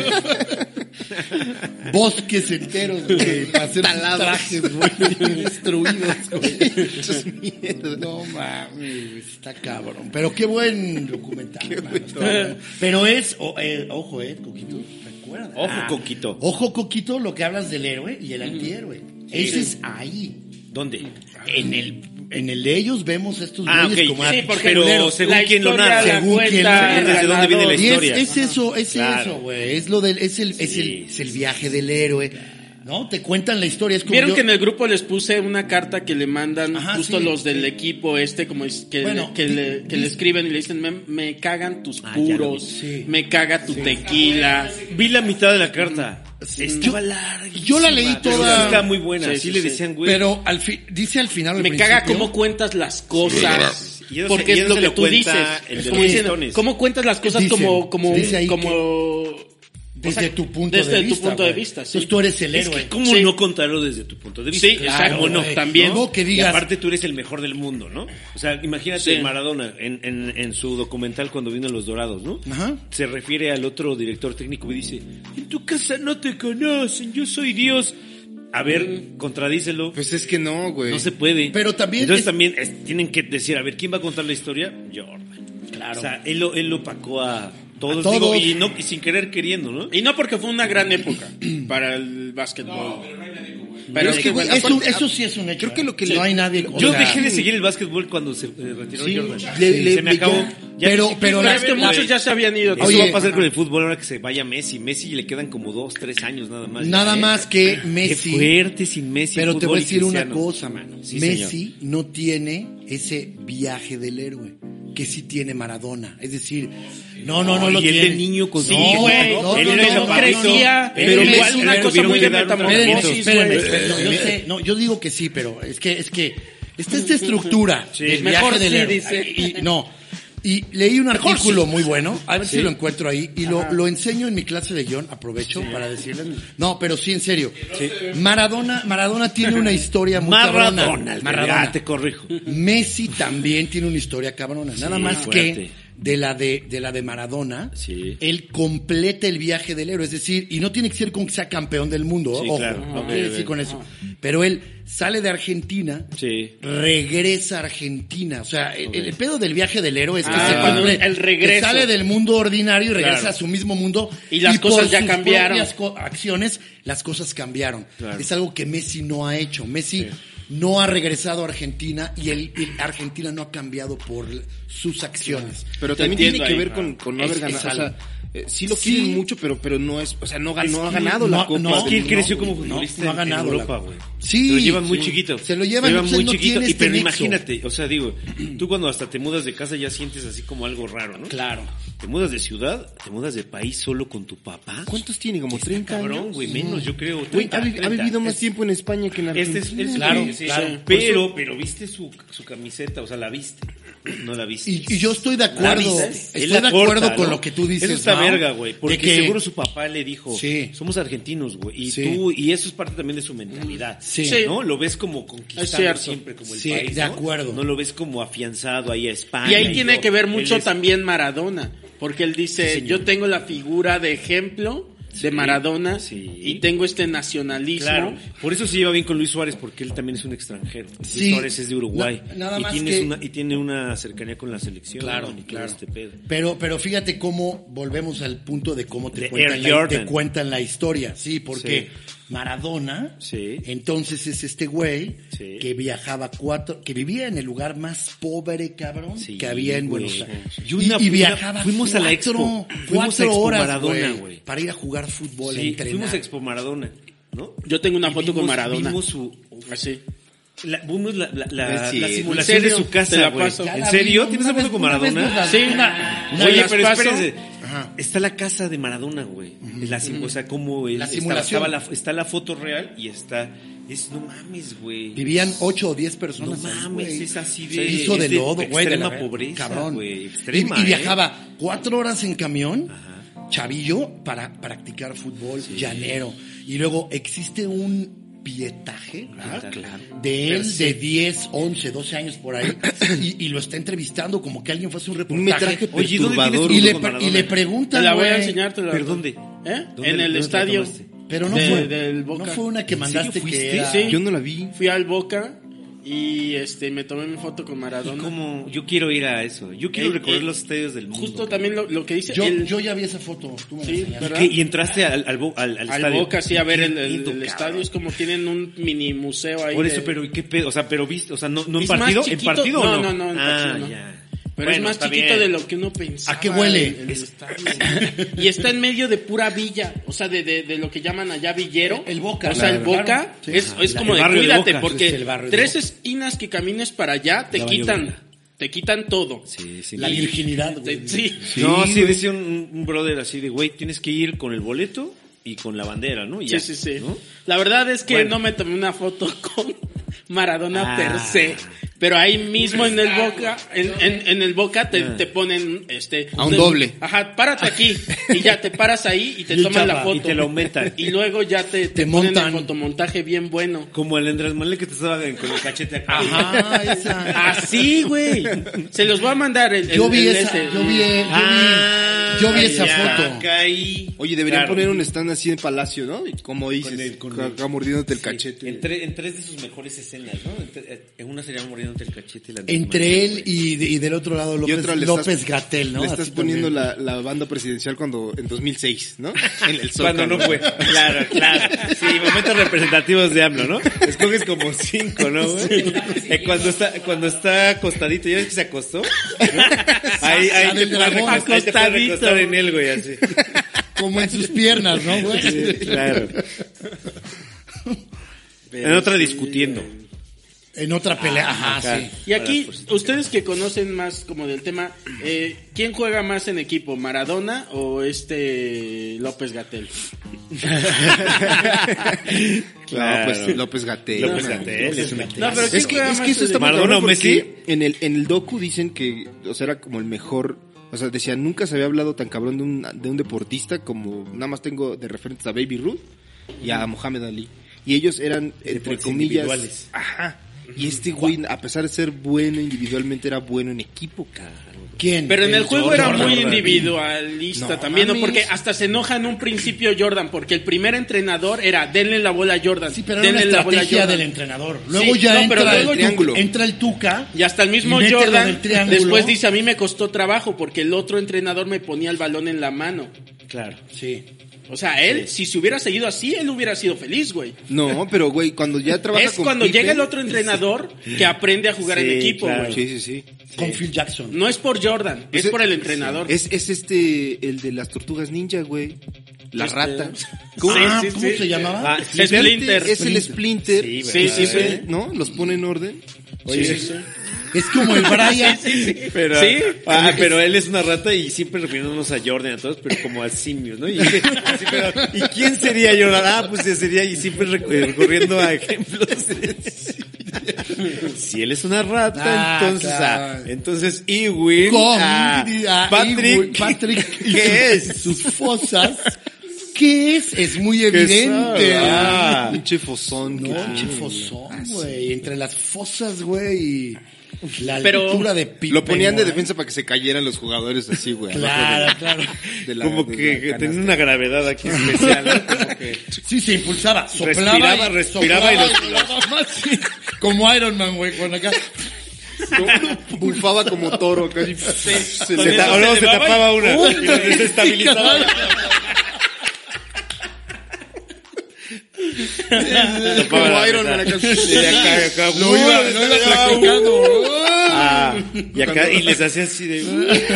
S2: Bosques enteros, güey, para hacer sus
S5: Talados.
S2: trajes, güey, destruidos, güey.
S5: Muchos miedos.
S2: No mames, güey, está cabrón. Pero qué buen documental. mano, está bueno. Pero es, ojo, Coquito, recuerda.
S3: Ojo, Coquito.
S2: Ojo, Coquito, lo que hablas del héroe y el antihéroe. Ese es ahí.
S3: ¿Dónde?
S2: En el de ellos vemos estos
S3: Ah,
S2: güeyes
S3: ok.
S2: como
S3: Sí,
S2: artistas
S3: pero
S2: culeros.
S3: según
S4: la
S3: quién lo
S4: historia
S3: narra.
S4: la
S2: Según
S4: cuenta
S2: quién lo narra.
S4: el
S3: ¿Desde dónde viene la
S4: ganador.
S2: Y
S3: historia?
S2: es eso,
S3: Claro.
S2: eso, güey. Es lo del, es el viaje del héroe. ¿No? Te cuentan la historia. Es como
S4: Vieron
S2: yo-
S4: que en el grupo les puse una carta que le mandan
S2: Ajá,
S4: justo
S2: sí,
S4: los del
S2: sí.
S4: equipo como es que,
S2: Bueno,
S4: que le escriben y le dicen me cagan tus
S3: Ah, ya lo
S4: puros,
S2: vi. Sí.
S4: me caga tu tequila.
S3: Vi la mitad de la carta.
S2: Estaba
S3: larga.
S2: yo la leí toda.
S3: Está muy buena.
S4: Sí,
S3: Sí,
S4: sí,
S3: le
S4: sí.
S3: decían, güey.
S2: Pero dice al final. Al
S4: Me caga
S2: principio-
S4: cómo cuentas las cosas.
S3: Y eso
S4: Porque
S3: se- y
S4: es
S3: eso
S4: lo
S3: se
S4: que
S3: lo
S4: tú
S3: cuenta
S4: dices.
S3: el de
S4: Como
S3: los
S4: diciendo,
S3: Stones.
S4: ¿cómo cuentas las cosas
S2: Dicen,
S4: como
S2: dice ahí Desde tu punto
S4: desde
S2: de
S4: tu
S2: vista.
S4: punto de
S2: güey.
S4: vista, sí.
S2: Entonces tú eres el
S3: Es
S2: héroe.
S3: que cómo
S4: Sí.
S3: no contarlo desde tu punto de vista.
S4: Sí, exacto,
S3: ¿Cómo no?
S2: güey.
S4: también.
S2: Luego que
S3: Y
S2: digas,
S3: aparte tú eres el mejor del mundo, ¿no? O sea, imagínate
S4: Sí.
S3: Maradona en su documental cuando vino Los Dorados, ¿no?
S2: Ajá.
S3: Se refiere al otro director técnico y dice, en tu casa no te conocen, yo soy Dios. A ver, contradícelo.
S5: Pues es que no, güey.
S3: No se puede.
S2: Pero también
S3: Entonces
S2: es-
S3: también tienen que decir, a ver, ¿quién va a contar la historia? Jordan. Claro. O sea, él lo opacó a todos,
S2: A
S3: digo,
S2: todos.
S3: y sin querer queriendo, ¿no?
S4: Y no porque fue una gran época para el básquetbol.
S2: pero es que, güey, eso,
S5: aparte-
S2: eso sí es un hecho.
S5: creo que lo que
S2: no hay nadie.
S3: Yo
S2: o sea,
S3: dejé de seguir el básquetbol cuando se retiró
S2: Sí,
S3: Jordan.
S2: le-
S3: Se me
S2: le-
S3: acabó. Ya
S2: pero-
S3: ni siquiera
S2: pero
S3: voy
S2: la-
S3: a
S4: Es que
S3: ver,
S4: muchos
S3: güey.
S4: ya se habían ido.
S3: Eso
S2: Oye,
S3: va a pasar con el fútbol ahora que se vaya Messi. Messi le quedan como 2-3 años nada más.
S2: Nada
S3: ¿Eh?
S2: más que
S3: Qué
S2: Messi.
S3: fuerte sin Messi.
S2: Pero te
S3: fútbol
S2: voy a
S3: y
S2: decir una
S3: Cristiano.
S2: cosa, mano.
S3: Sí,
S2: Messi no tiene ese viaje del héroe que sí tiene Maradona. Es decir, no lo
S3: y él
S2: tiene.
S3: de niño con
S4: Sí,
S3: su-
S4: güey.
S3: Él era
S4: no
S3: chaparrito.
S4: crecía.
S3: Pero
S4: Pero igual
S3: Messi-
S4: una
S3: pero
S4: cosa
S3: vieron
S4: muy
S3: que
S4: de
S3: dar una
S4: metamorfosis,
S2: Espérenme,
S4: güey.
S2: espérenme, yo sé, no, yo digo que sí, pero es que está esta estructura
S3: Sí.
S2: del
S4: Mejor
S2: viaje del
S4: sí,
S2: héroe.
S4: dice.
S2: Y leí un artículo muy bueno, a ver si lo encuentro ahí, y lo enseño en mi clase de guión, aprovecho para decirles. No, pero sí, en serio. Maradona tiene una historia muy
S3: Maradona.
S2: cabrona.
S3: Maradona, te corrijo.
S2: Messi también tiene una historia cabrona. Nada más
S3: fuerte.
S2: que de la de Maradona,
S3: Sí.
S2: él completa el viaje del héroe. Es decir, y no tiene que ser con que sea campeón del mundo.
S3: Sí,
S2: ojo,
S3: claro.
S2: no
S3: Ok,
S2: quiere
S3: ok.
S2: decir con eso. Pero él sale de Argentina,
S3: Sí.
S2: regresa a Argentina. O sea, el pedo del viaje del héroe es que
S4: Ah,
S2: se
S4: cuando
S2: cumple,
S4: el regreso.
S2: que sale del mundo ordinario y regresa
S4: Claro.
S2: a su mismo mundo.
S4: Y las
S2: por
S4: cosas ya
S2: sus
S4: cambiaron.
S2: propias acciones, las cosas cambiaron.
S3: Claro.
S2: Es algo que Messi no ha hecho. Messi no ha regresado a Argentina y Argentina no ha cambiado por sus acciones.
S5: Pero
S4: Te
S5: también tiene
S4: entiendo
S5: que
S4: ahí.
S5: ver con no haber
S2: Es
S5: ganado. O
S2: algo.
S5: sea, sí lo
S2: Sí.
S5: quieren mucho, pero no es, o sea, no ha
S2: Es que
S5: ganado la copa.
S2: no,
S3: Es que él
S2: no,
S3: creció
S2: güey,
S3: como futbolista
S2: no ha ganado
S3: en Europa,
S2: la-
S3: güey.
S2: Sí,
S3: Se lo llevan muy
S2: sí.
S3: chiquito.
S2: Se lo llevan, entonces
S3: muy
S2: no
S3: chiquito.
S2: tiene este
S3: Pero
S2: nexo.
S3: imagínate, o sea, digo, tú cuando hasta te mudas de casa ya sientes así como algo raro, ¿no?
S2: Claro.
S3: Te mudas de ciudad, te mudas de país solo con tu papá.
S5: ¿Cuántos tiene? ¿Como 30
S3: Cabrón,
S5: años?
S3: güey, menos, yo creo.
S5: Güey,
S3: 30,
S5: ha
S3: 30.
S5: vivido más
S3: Es-
S5: tiempo en España que en
S3: Este
S5: Argentina.
S3: es
S2: Claro,
S3: sí,
S2: claro.
S3: Pero viste su camiseta, o sea, la viste. No la viste.
S2: Y yo estoy de
S3: La
S2: acuerdo.
S3: viste.
S2: Estoy
S3: Él
S2: de
S3: la
S2: acuerdo
S3: corta,
S2: con
S3: ¿no?
S2: lo que tú dices.
S3: Eso está
S2: ¿no?
S3: verga, güey. Porque
S2: De que-
S3: seguro su papá le dijo,
S2: Sí.
S3: somos argentinos, güey. Y
S2: Sí.
S3: tú, y eso es parte también de su mentalidad.
S2: Sí.
S3: ¿No? Lo ves como conquistando
S4: Es cierto.
S3: siempre como el
S2: Sí,
S3: país.
S2: de
S3: ¿no?
S2: acuerdo.
S3: No lo ves como afianzado ahí a España.
S4: Y ahí tiene
S3: no.
S4: que ver
S3: Él
S4: mucho
S3: es-
S4: también Maradona, porque él dice,
S3: Sí, señor.
S4: yo tengo la figura de ejemplo de Maradona
S3: sí.
S4: y tengo este nacionalismo.
S3: Claro, por eso se lleva bien con Luis Suárez, porque él también es un extranjero.
S2: Sí.
S3: Luis Suárez es de Uruguay.
S2: Nada
S3: y,
S2: más
S3: tienes
S2: que-
S3: y tiene una cercanía con la selección.
S2: Claro,
S3: y todo
S2: claro.
S3: este pedo.
S2: Pero fíjate cómo volvemos al punto de cómo
S3: De
S2: cuentan
S3: Air
S2: te
S3: Jordan.
S2: cuentan la historia. Sí, porque
S3: Sí.
S2: Maradona,
S3: Sí.
S2: entonces es este güey
S3: Sí.
S2: que viajaba que vivía en el lugar más pobre, cabrón,
S3: Sí,
S2: que había en
S3: güey.
S2: Buenos Aires.
S3: Y una-
S2: Y viajaba
S3: fuimos a la Expo. Fuimos a
S2: 4
S3: Expo
S2: horas,
S3: Maradona,
S2: güey,
S3: güey.
S2: para ir a jugar fútbol, a
S3: Sí,
S2: entrenar.
S3: fuimos a Expo Maradona, ¿no?
S4: Yo tengo una
S3: Y
S4: foto con
S3: vimos-
S4: Maradona.
S3: Vimos su,
S4: Así.
S3: vimos la
S5: Sí,
S3: simulación
S4: ¿en
S3: de
S4: serio?
S3: su
S4: Te
S3: casa,
S4: la
S3: güey.
S4: paso.
S2: Ya
S3: ¿En
S2: la
S3: serio?
S2: vi,
S3: ¿Tienes
S2: una
S3: una foto
S2: vez-
S3: con
S2: una vez
S3: Maradona?
S2: nos la-
S4: Sí.
S2: una
S3: Oye,
S4: las
S3: pero
S4: paso.
S3: espérense.
S2: Ajá.
S3: Está la casa de Maradona, güey. O sea, como él
S2: La
S3: estaba-
S2: simulación.
S3: está la foto real y está... no mames, güey.
S2: Vivían 8 o 10
S3: No
S2: personas ahí,
S3: mames,
S2: güey.
S3: es así de...
S2: Se hizo de
S3: es
S2: lodo, güey. de la
S3: extrema
S2: verga.
S3: pobreza,
S2: Cabrón.
S3: güey. Extrema,
S2: y viajaba 4 horas en camión, chavillo, para practicar fútbol llanero. Y luego existe un pietaje, ¿verdad?
S3: Claro.
S2: De él de 10, 11, 12 años por ahí, y lo está entrevistando como que alguien fue a hacer un reportaje.
S5: Un metraje
S3: Oye, ¿dónde
S5: perturbador.
S3: tienes
S2: y, le,
S3: con
S2: pre-
S3: Maradona?
S2: y le
S4: Te
S2: preguntan,
S4: la voy a
S2: güey,
S4: enseñar. te la-
S3: ¿Pero dónde?
S4: ¿Eh?
S3: ¿Dónde-
S4: En el
S3: dónde la
S4: estadio.
S3: tomaste?
S2: Pero no
S4: de-
S2: fue,
S4: del Boca.
S2: no fue una que
S3: ¿En serio
S2: mandaste
S3: fuiste?
S2: que era...
S4: Sí.
S5: Yo no la vi.
S4: Fui al Boca y me tomé mi foto con Maradona.
S3: Como yo quiero ir a eso. Yo quiero recorrer los estadios del mundo.
S4: Justo también lo que dice
S2: Yo ya vi esa foto, tú me la
S4: Sí,
S2: enseñaste.
S4: ¿verdad?
S3: ¿Qué? Y entraste al
S4: al
S3: estadio.
S4: Boca, sí, a ver el
S3: Qué pedo,
S4: estadio.
S3: cabrón.
S4: Es como tienen un mini museo ahí.
S3: Por eso,
S4: de-
S3: pero ¿y qué pedo? O sea, pero viste, o sea, no en
S4: Es más
S3: partido, en
S4: chiquito.
S3: partido o no.
S4: No, en partido no.
S3: Ya.
S4: Pero
S3: Bueno,
S4: es más
S3: está
S4: chiquito
S3: bien.
S4: de lo que uno pensaba.
S2: ¿A qué huele?
S4: el estadio. Y está en medio de pura villa. O sea, de lo que llaman allá villero.
S2: El Boca,
S4: O sea, el
S2: claro,
S4: Boca
S2: claro. Sí.
S4: es como
S3: El
S4: de
S3: barrio de
S4: cuídate,
S3: Boca.
S4: porque
S2: Es el barrio de
S4: 3
S2: Boca.
S4: esquinas que camines para allá te
S3: La
S4: quitan.
S3: Boca.
S4: Te quitan todo.
S3: Sí, sí.
S2: La virginidad, güey.
S4: Sí.
S3: No, sí, decía un brother así de, güey, tienes que ir con el boleto y con la bandera, ¿no? Y ya,
S4: Sí, sí, sí.
S3: ¿no?
S4: La verdad es que
S3: Bueno.
S4: no me tomé una foto con Maradona
S3: Ah.
S4: per se. Pero ahí mismo en el Boca, en el Boca te ponen
S5: a un doble.
S4: Ajá, párate aquí y ya te paras ahí y te toman la foto.
S3: Y te lo aumentan.
S4: Y luego ya te ponen
S2: montan.
S4: el fotomontaje bien bueno.
S3: Como el Andrés Manuel que te estaba con el cachete acá.
S2: Ajá, esa.
S4: Así, güey. Se los voy a mandar
S2: Yo vi esa foto.
S3: Caí.
S5: Oye, deberían
S3: Claro.
S5: poner un stand así en Palacio, ¿no? Y como dices,
S3: con
S5: acá mordiéndote el cachete.
S3: En tres de sus mejores escenas, ¿no? En una sería mordiéndote el cachete. Y la
S2: Entre él y del otro lado
S5: Y otra
S2: López-Gatell, ¿no?
S5: Le estás
S2: Así
S5: poniendo
S2: también.
S5: la banda presidencial cuando en 2006, ¿no? En el
S3: Cuando
S5: Zócalo.
S3: no fue. Claro. Sí, momentos representativos de AMLO, ¿no? Escoges como 5, ¿no, güey? Cuando está acostadito, ¿ya ves que se acostó? ¿No? Ahí te
S2: del dragón,
S3: puedes recostar en él, güey, así.
S2: Como en sus piernas, ¿no, güey?
S3: Sí, claro. En otra discutiendo.
S2: En otra pelea, ajá, sí.
S4: Y aquí, ustedes que conocen más como del tema, ¿quién juega más en equipo? ¿Maradona o López-Gatell?
S5: No, pues López-Gatell.
S3: López-Gatell es una...
S4: No, pero ¿quién
S5: Es que
S4: juega más
S5: eso está muy
S3: ¿Maradona
S5: cabrón
S3: o Messi?
S5: porque en el docu dicen que, o sea, era como el mejor, o sea, decía, nunca se había hablado tan cabrón de un deportista como, nada más tengo de referentes a Baby Ruth y a Mohamed Ali. Y ellos eran, entre
S3: Deportes
S5: comillas,
S3: individuales.
S5: ajá. Y este güey, a pesar de ser bueno individualmente, era bueno en equipo, cabrón.
S2: ¿Quién?
S4: Pero en el juego era
S2: Jordan.
S4: muy individualista
S5: No
S4: también, ¿no?
S5: mames.
S4: Porque hasta se enoja en un principio Jordan, porque el primer entrenador era denle la bola a Jordan.
S2: Sí, pero era una
S4: denle la bola a
S2: estrategia
S4: Jordan.
S2: del entrenador. Luego
S4: Sí,
S2: ya
S4: no, pero luego
S2: entra el Tuca.
S4: Y hasta el mismo
S2: y mete lo
S4: Jordan
S2: del triángulo.
S4: después dice, a mí me costó trabajo porque el otro entrenador me ponía el balón en la mano.
S3: Claro.
S2: Sí.
S4: O sea, él, si se hubiera seguido así, él hubiera sido feliz, güey.
S5: No, pero güey, cuando ya trabaja
S4: Es
S5: con
S4: cuando
S5: Pippen-
S4: llega el otro entrenador que aprende a jugar en
S3: Sí,
S4: equipo,
S3: claro.
S4: güey.
S5: Sí.
S2: Con Phil Jackson.
S4: No es por Jordan, es por el entrenador.
S5: Es el de las tortugas ninja, güey. La
S4: Este-
S5: rata.
S2: ¿Cómo,
S4: Sí, sí,
S2: ¿cómo
S4: sí.
S2: se llamaba?
S3: Ah,
S4: Splinter.
S5: Es el Splinter.
S3: Sí,
S4: Sí, sí, sí.
S5: ¿No? Los pone en orden.
S4: Sí, sí, sí.
S2: Es como el Brian.
S3: Pero,
S4: Sí.
S3: pero él es una rata y siempre refiriéndonos a Jordan a todos, pero como a simios, ¿no? ¿Y quién sería Jordan? Ah, pues sería, y siempre recurriendo a ejemplos. Si él es una rata, entonces,
S2: claro.
S3: entonces Ewing,
S2: Con
S3: Patrick, ¿qué es?
S2: Sus fosas. ¿Qué es? Es muy evidente.
S3: Ah.
S5: Pinche fosón.
S2: No, pinche fosón, güey. Entre las fosas, güey, y la
S4: Pero
S2: altura de Pippen.
S5: Lo ponían de
S2: güey.
S5: defensa para que se cayeran los jugadores así, güey.
S2: Claro,
S5: abajo
S2: claro.
S3: Como
S5: de
S3: que
S5: la
S3: tenía
S5: canasta.
S3: una gravedad aquí especial, ¿no? Como que
S2: Sí, se impulsaba. Soplaba
S3: Respiraba y los-
S2: soplaba más, sí. Como Iron Man, güey, con acá.
S5: Bufaba como toro, casi.
S3: se
S4: Con eso
S3: luego
S4: se
S3: se
S4: elevaba
S3: tapaba
S4: y-
S3: una y lo desestabilizaba.
S5: Como Iron Man acá.
S3: Sí, acá,
S2: Lo iba practicando.
S3: Ah, y acá, y les hacía así de...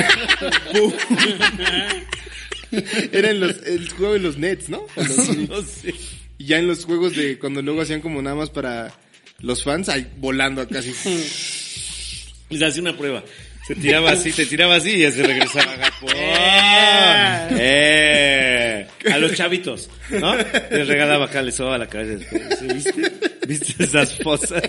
S5: Era el juego de los Nets, ¿no?
S3: no sé.
S5: Y ya en los juegos de cuando luego hacían como nada más para los fans, ahí volando acá así.
S3: Les hacía una prueba. Se tiraba así y ya se regresaba a Japón. A los chavitos, ¿no? Les regalaba acá, les sobaba la cabeza después. ¿Viste esas fosas?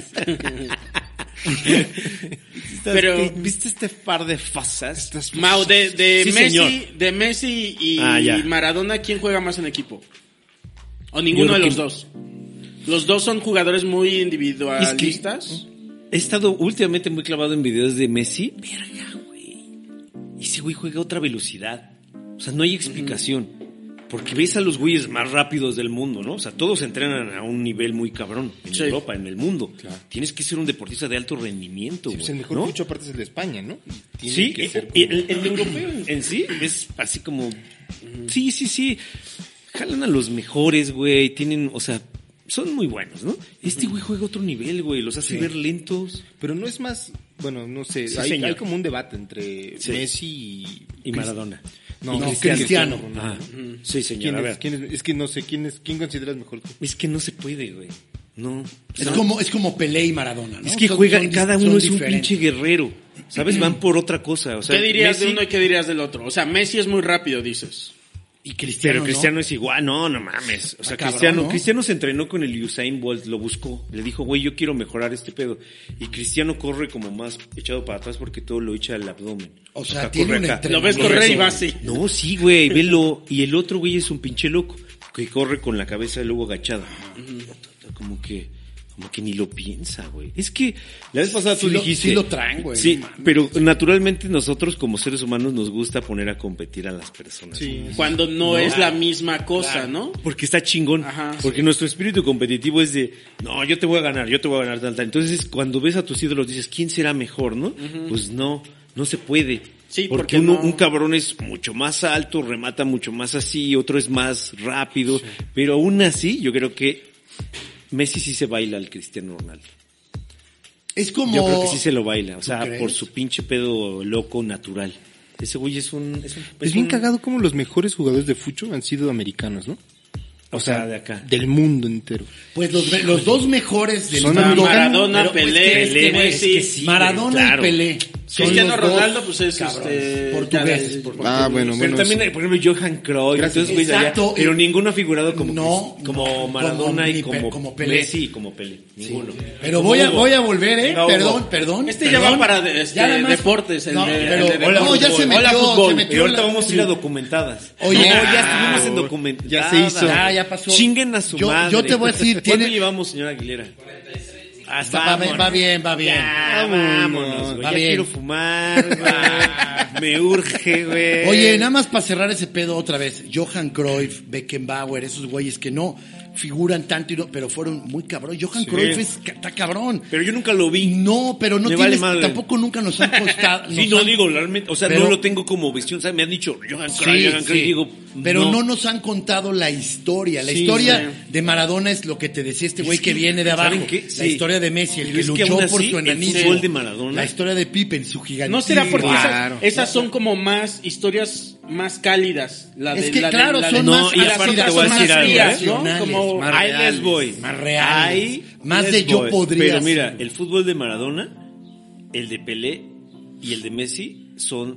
S4: Pero-
S3: ¿Viste este par de fosas?
S4: Mau, de
S3: Sí,
S4: Messi,
S3: señor.
S4: de Messi y
S3: Ya.
S4: Maradona, ¿quién juega más en equipo? O ninguno
S3: Yo
S4: de
S3: creo
S4: los
S3: que-
S4: dos. Los dos son jugadores muy individualistas.
S3: He estado últimamente muy clavado en videos de Messi. Verga, güey. Ese güey juega a otra velocidad. O sea, no hay explicación. Porque ves a los güeyes más rápidos del mundo, ¿no? O sea, todos entrenan a un nivel muy cabrón en
S4: Sí.
S3: Europa, en el mundo. Tienes que ser un deportista de alto rendimiento,
S5: Sí,
S3: güey.
S5: pues el mejor
S3: ¿no?
S5: mucho aparte es el de España, ¿no? Tiene
S3: Sí,
S5: que ser
S3: y
S5: como-
S3: el europeo en sí es así como... Sí. Jalan a los mejores, güey. Tienen, o sea, son muy buenos, ¿no? Este güey juega a otro nivel, güey. Los hace ver lentos.
S5: Pero no es más, bueno, no sé,
S3: Sí,
S5: hay
S3: señor.
S5: como un debate entre
S3: Sí.
S5: Messi
S3: Y Maradona.
S5: No,
S2: Cristiano.
S3: Ah, sí, señor.
S5: ¿Quién
S3: A
S5: es?
S3: ver.
S5: ¿Quién es? Es que no sé, ¿quién consideras mejor?
S3: Es que no se puede, güey. No.
S2: Es como Pelé y Maradona, ¿no?
S3: Es que
S2: Son-
S3: juega,
S2: son-
S3: cada
S2: son
S3: uno es un
S2: diferentes.
S3: pinche guerrero. ¿Sabes? Van por otra cosa. O sea,
S4: ¿Qué dirías de
S3: Messi-
S4: uno y qué dirías del otro? O sea, Messi es muy rápido, dices.
S2: Y Cristiano,
S3: Pero Cristiano es igual, no mames. O sea,
S2: cabrón, ¿no?
S3: Cristiano se entrenó con el Usain Bolt, lo buscó. Le dijo, güey, yo quiero mejorar este pedo. Y Cristiano corre como más echado para atrás porque todo lo echa al abdomen.
S2: O sea,
S3: acá
S2: tiene
S3: corre
S2: un
S3: acá.
S2: entrenamiento.
S4: Lo ves correr y va así.
S3: No, sí, güey, velo. Y el otro güey es un pinche loco que corre con la cabeza luego agachada. Como que ni lo piensa, güey. Es que la vez pasada tú dijiste...
S2: Sí lo traen, güey.
S3: Sí,
S2: no mames.
S3: pero naturalmente nosotros como seres humanos nos gusta poner a competir a las personas.
S5: Sí.
S4: Cuando no es la misma cosa, ¿no?
S3: Porque está chingón.
S4: Ajá,
S3: porque nuestro espíritu competitivo es de, no, yo te voy a ganar, tal. Entonces, cuando ves a tus ídolos dices, ¿quién será mejor, no? Pues no se puede.
S4: Sí,
S3: porque
S4: porque no.
S3: un cabrón es mucho más alto, remata mucho más así, otro es más rápido. Pero aún así, yo creo que Messi sí se baila al Cristiano Ronaldo.
S2: Es como...
S3: Yo creo que sí se lo baila, o sea,
S2: crees?
S3: por su pinche pedo loco natural. Ese güey es un...
S5: Es bien cagado como los mejores jugadores de fucho han sido americanos, ¿no?
S3: O sea, de acá.
S5: Del mundo entero.
S2: Pues los dos mejores del
S5: Son
S2: mundo.
S4: Maradona,
S2: Pero, pues,
S4: Pelé,
S2: es que, güey,
S4: Messi.
S2: es que sí, Maradona
S3: claro.
S2: y Pelé. Son
S4: Cristiano
S2: los dos
S4: Ronaldo, pues es
S2: cabrones.
S4: portugués.
S5: Bueno,
S3: Pero también, por ejemplo, Johan Cruyff, entonces, güey, de allá,
S2: Exacto.
S3: pero ninguno ha figurado como,
S2: No,
S3: como
S2: no,
S3: Maradona y
S2: como Pelé.
S3: Messi y como Pelé. Ninguno.
S2: Pero
S3: Como
S2: voy a
S3: Hugo.
S2: volver,
S3: Venga, Hugo.
S2: perdón.
S4: Este ya va para nada más deportes.
S2: No,
S4: el de
S2: pero,
S3: Hola,
S2: no, ya
S3: fútbol.
S2: se metió,
S4: Hola, fútbol.
S2: se
S3: Y
S2: metió.
S3: ahorita vamos a ir a documentadas.
S2: Oye,
S3: no, ya estuvimos en documentadas.
S5: ya se hizo.
S2: Ya pasó.
S3: Chinguen a su madre.
S2: Yo te voy a decir,
S3: ¿Cuánto
S2: tiene...
S3: llevamos, señora Aguilera?
S2: Va bien.
S3: Ya, vámonos, güey.
S2: Va
S3: Ya
S2: bien.
S3: quiero fumar, güey. Me urge, güey.
S2: Oye, nada más para cerrar ese pedo otra vez. Johan Cruyff, Beckenbauer, esos güeyes que no figuran tanto, pero fueron muy cabrón. Johan Cruyff está cabrón.
S3: Pero yo nunca lo vi.
S2: No, pero no
S3: Me
S2: tienes,
S3: vale madre.
S2: tampoco nunca nos han costado.
S3: Sí, no digo, realmente, o sea,
S2: Pero-
S3: no lo tengo como visión, o sea, me han dicho, Johan Cruyff,
S2: Sí.
S3: digo,
S2: Pero no nos han contado la historia. La historia de Maradona es lo que te decía este güey
S3: Es
S2: que
S3: que,
S2: viene de abajo.
S3: ¿saben qué?
S2: La
S3: Sí.
S2: historia de Messi, el
S3: Pero
S2: que
S3: es que
S2: luchó
S3: aún
S2: por
S3: así,
S2: su
S3: el
S2: enanismo.
S3: fútbol de Maradona.
S2: La historia de Pippen, su gigantismo.
S4: ¿No será porque
S5: Claro.
S4: esas son como más historias más cálidas? La
S2: Es
S4: de,
S2: que
S4: la de-
S2: claro,
S4: la de-
S2: son
S3: No,
S2: más
S3: y aparte
S2: ácidas,
S3: te voy a
S2: son
S3: decir
S2: más
S3: algo,
S2: frías,
S3: ¿eh?
S2: ¿no?
S4: Como-
S2: Como
S3: Ahí les voy.
S2: más reales.
S3: Ahí
S2: Más
S3: les
S2: de yo
S3: voy.
S2: podría
S3: Pero
S2: ser.
S3: mira, el fútbol de Maradona, el de Pelé y el de Messi son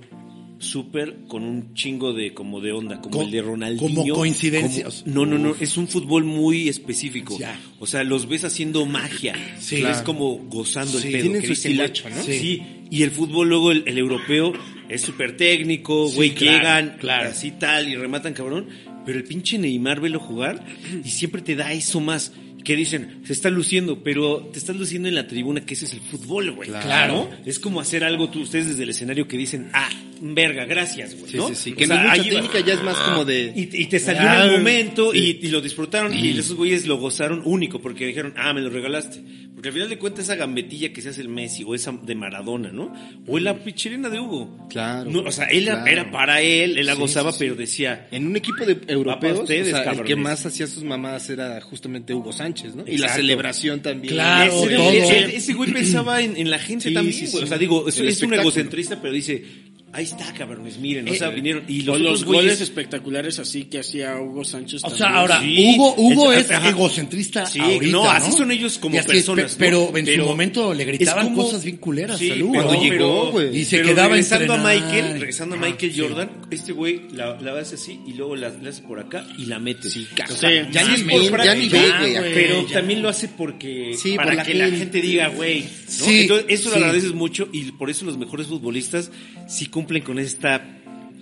S3: súper con un chingo de como de onda, como el de Ronaldinho.
S2: como coincidencias.
S3: No, es un fútbol muy específico.
S2: Ya.
S3: O sea, los ves haciendo magia.
S2: Sí.
S3: Es
S2: Claro.
S3: como gozando
S2: Sí,
S3: el pedo.
S5: tienen
S3: que
S5: su
S3: dicen, güey,
S5: estilacho, ¿no?
S3: Sí. Y el fútbol luego, el europeo, es súper técnico,
S2: Sí,
S3: güey,
S2: claro,
S3: llegan,
S2: claro.
S3: así tal, y rematan cabrón. Pero el pinche Neymar, velo jugar, y siempre te da eso más. Que dicen, se está luciendo, pero te estás luciendo en la tribuna, que ese es el fútbol, güey.
S2: Claro.
S3: Es como hacer algo ustedes desde el escenario que dicen, verga, gracias, güey,
S5: Sí,
S3: ¿no?
S5: sí, sí.
S3: O
S5: Que
S3: sea,
S5: no es mucha
S3: ahí va.
S5: técnica, ya es más como de...
S3: Y te salió en el momento y lo disfrutaron y esos güeyes lo gozaron único porque dijeron, me lo regalaste. Porque al final de cuentas esa gambetilla que se hace el Messi o esa de Maradona, ¿no? O la pichirina de Hugo.
S5: Claro.
S3: No, o sea, él
S5: Claro.
S3: era para él la
S5: Sí,
S3: gozaba,
S5: sí, sí.
S3: pero decía...
S5: En un equipo de europeos,
S3: ustedes,
S5: o sea, el
S3: cabrones.
S5: que más hacía sus mamadas era justamente Hugo Sánchez, ¿no? Y la
S3: Exacto.
S5: celebración también.
S2: Claro,
S3: ese,
S2: todo.
S3: ese güey pensaba en la gente
S5: Sí,
S3: también,
S5: sí,
S3: güey.
S5: sí.
S3: O sea, digo,
S5: El
S3: es un
S5: espectáculo.
S3: egocentrista, pero dice, ahí está, cabrones, miren, o sea, vinieron. Y los,
S4: O los
S3: otros
S4: goles
S3: güeyes,
S4: espectaculares así que hacía Hugo Sánchez
S2: O
S4: también.
S2: sea, ahora,
S3: Sí.
S2: Hugo es
S3: Ajá.
S2: egocentrista
S3: Sí,
S2: ahorita,
S3: no,
S2: ¿no?
S3: así son ellos como
S2: Y así es,
S3: personas, ¿no?
S2: pero en
S3: Pero
S2: su momento le gritaban
S3: es como-
S2: cosas bien culeras
S3: Sí,
S2: al Hugo.
S5: cuando
S3: no,
S5: llegó, güey.
S2: Y se
S3: pero
S2: quedaba
S3: regresando a
S2: entrenar.
S3: regresando a Michael Jordan, este güey la hace así y luego la hace por acá y la mete.
S5: Sí,
S3: O sea,
S5: ya
S3: sí
S5: ni
S3: es
S5: ve,
S3: por
S5: ya ni
S3: práctica,
S5: ve, güey.
S3: pero
S2: ya.
S3: también lo hace porque
S5: Sí,
S3: para
S5: por la
S3: que la
S5: gente.
S3: gente diga, güey, ¿no?
S2: Sí,
S3: Entonces eso
S2: sí.
S3: lo agradeces mucho y por eso los mejores futbolistas sí cumplen con esta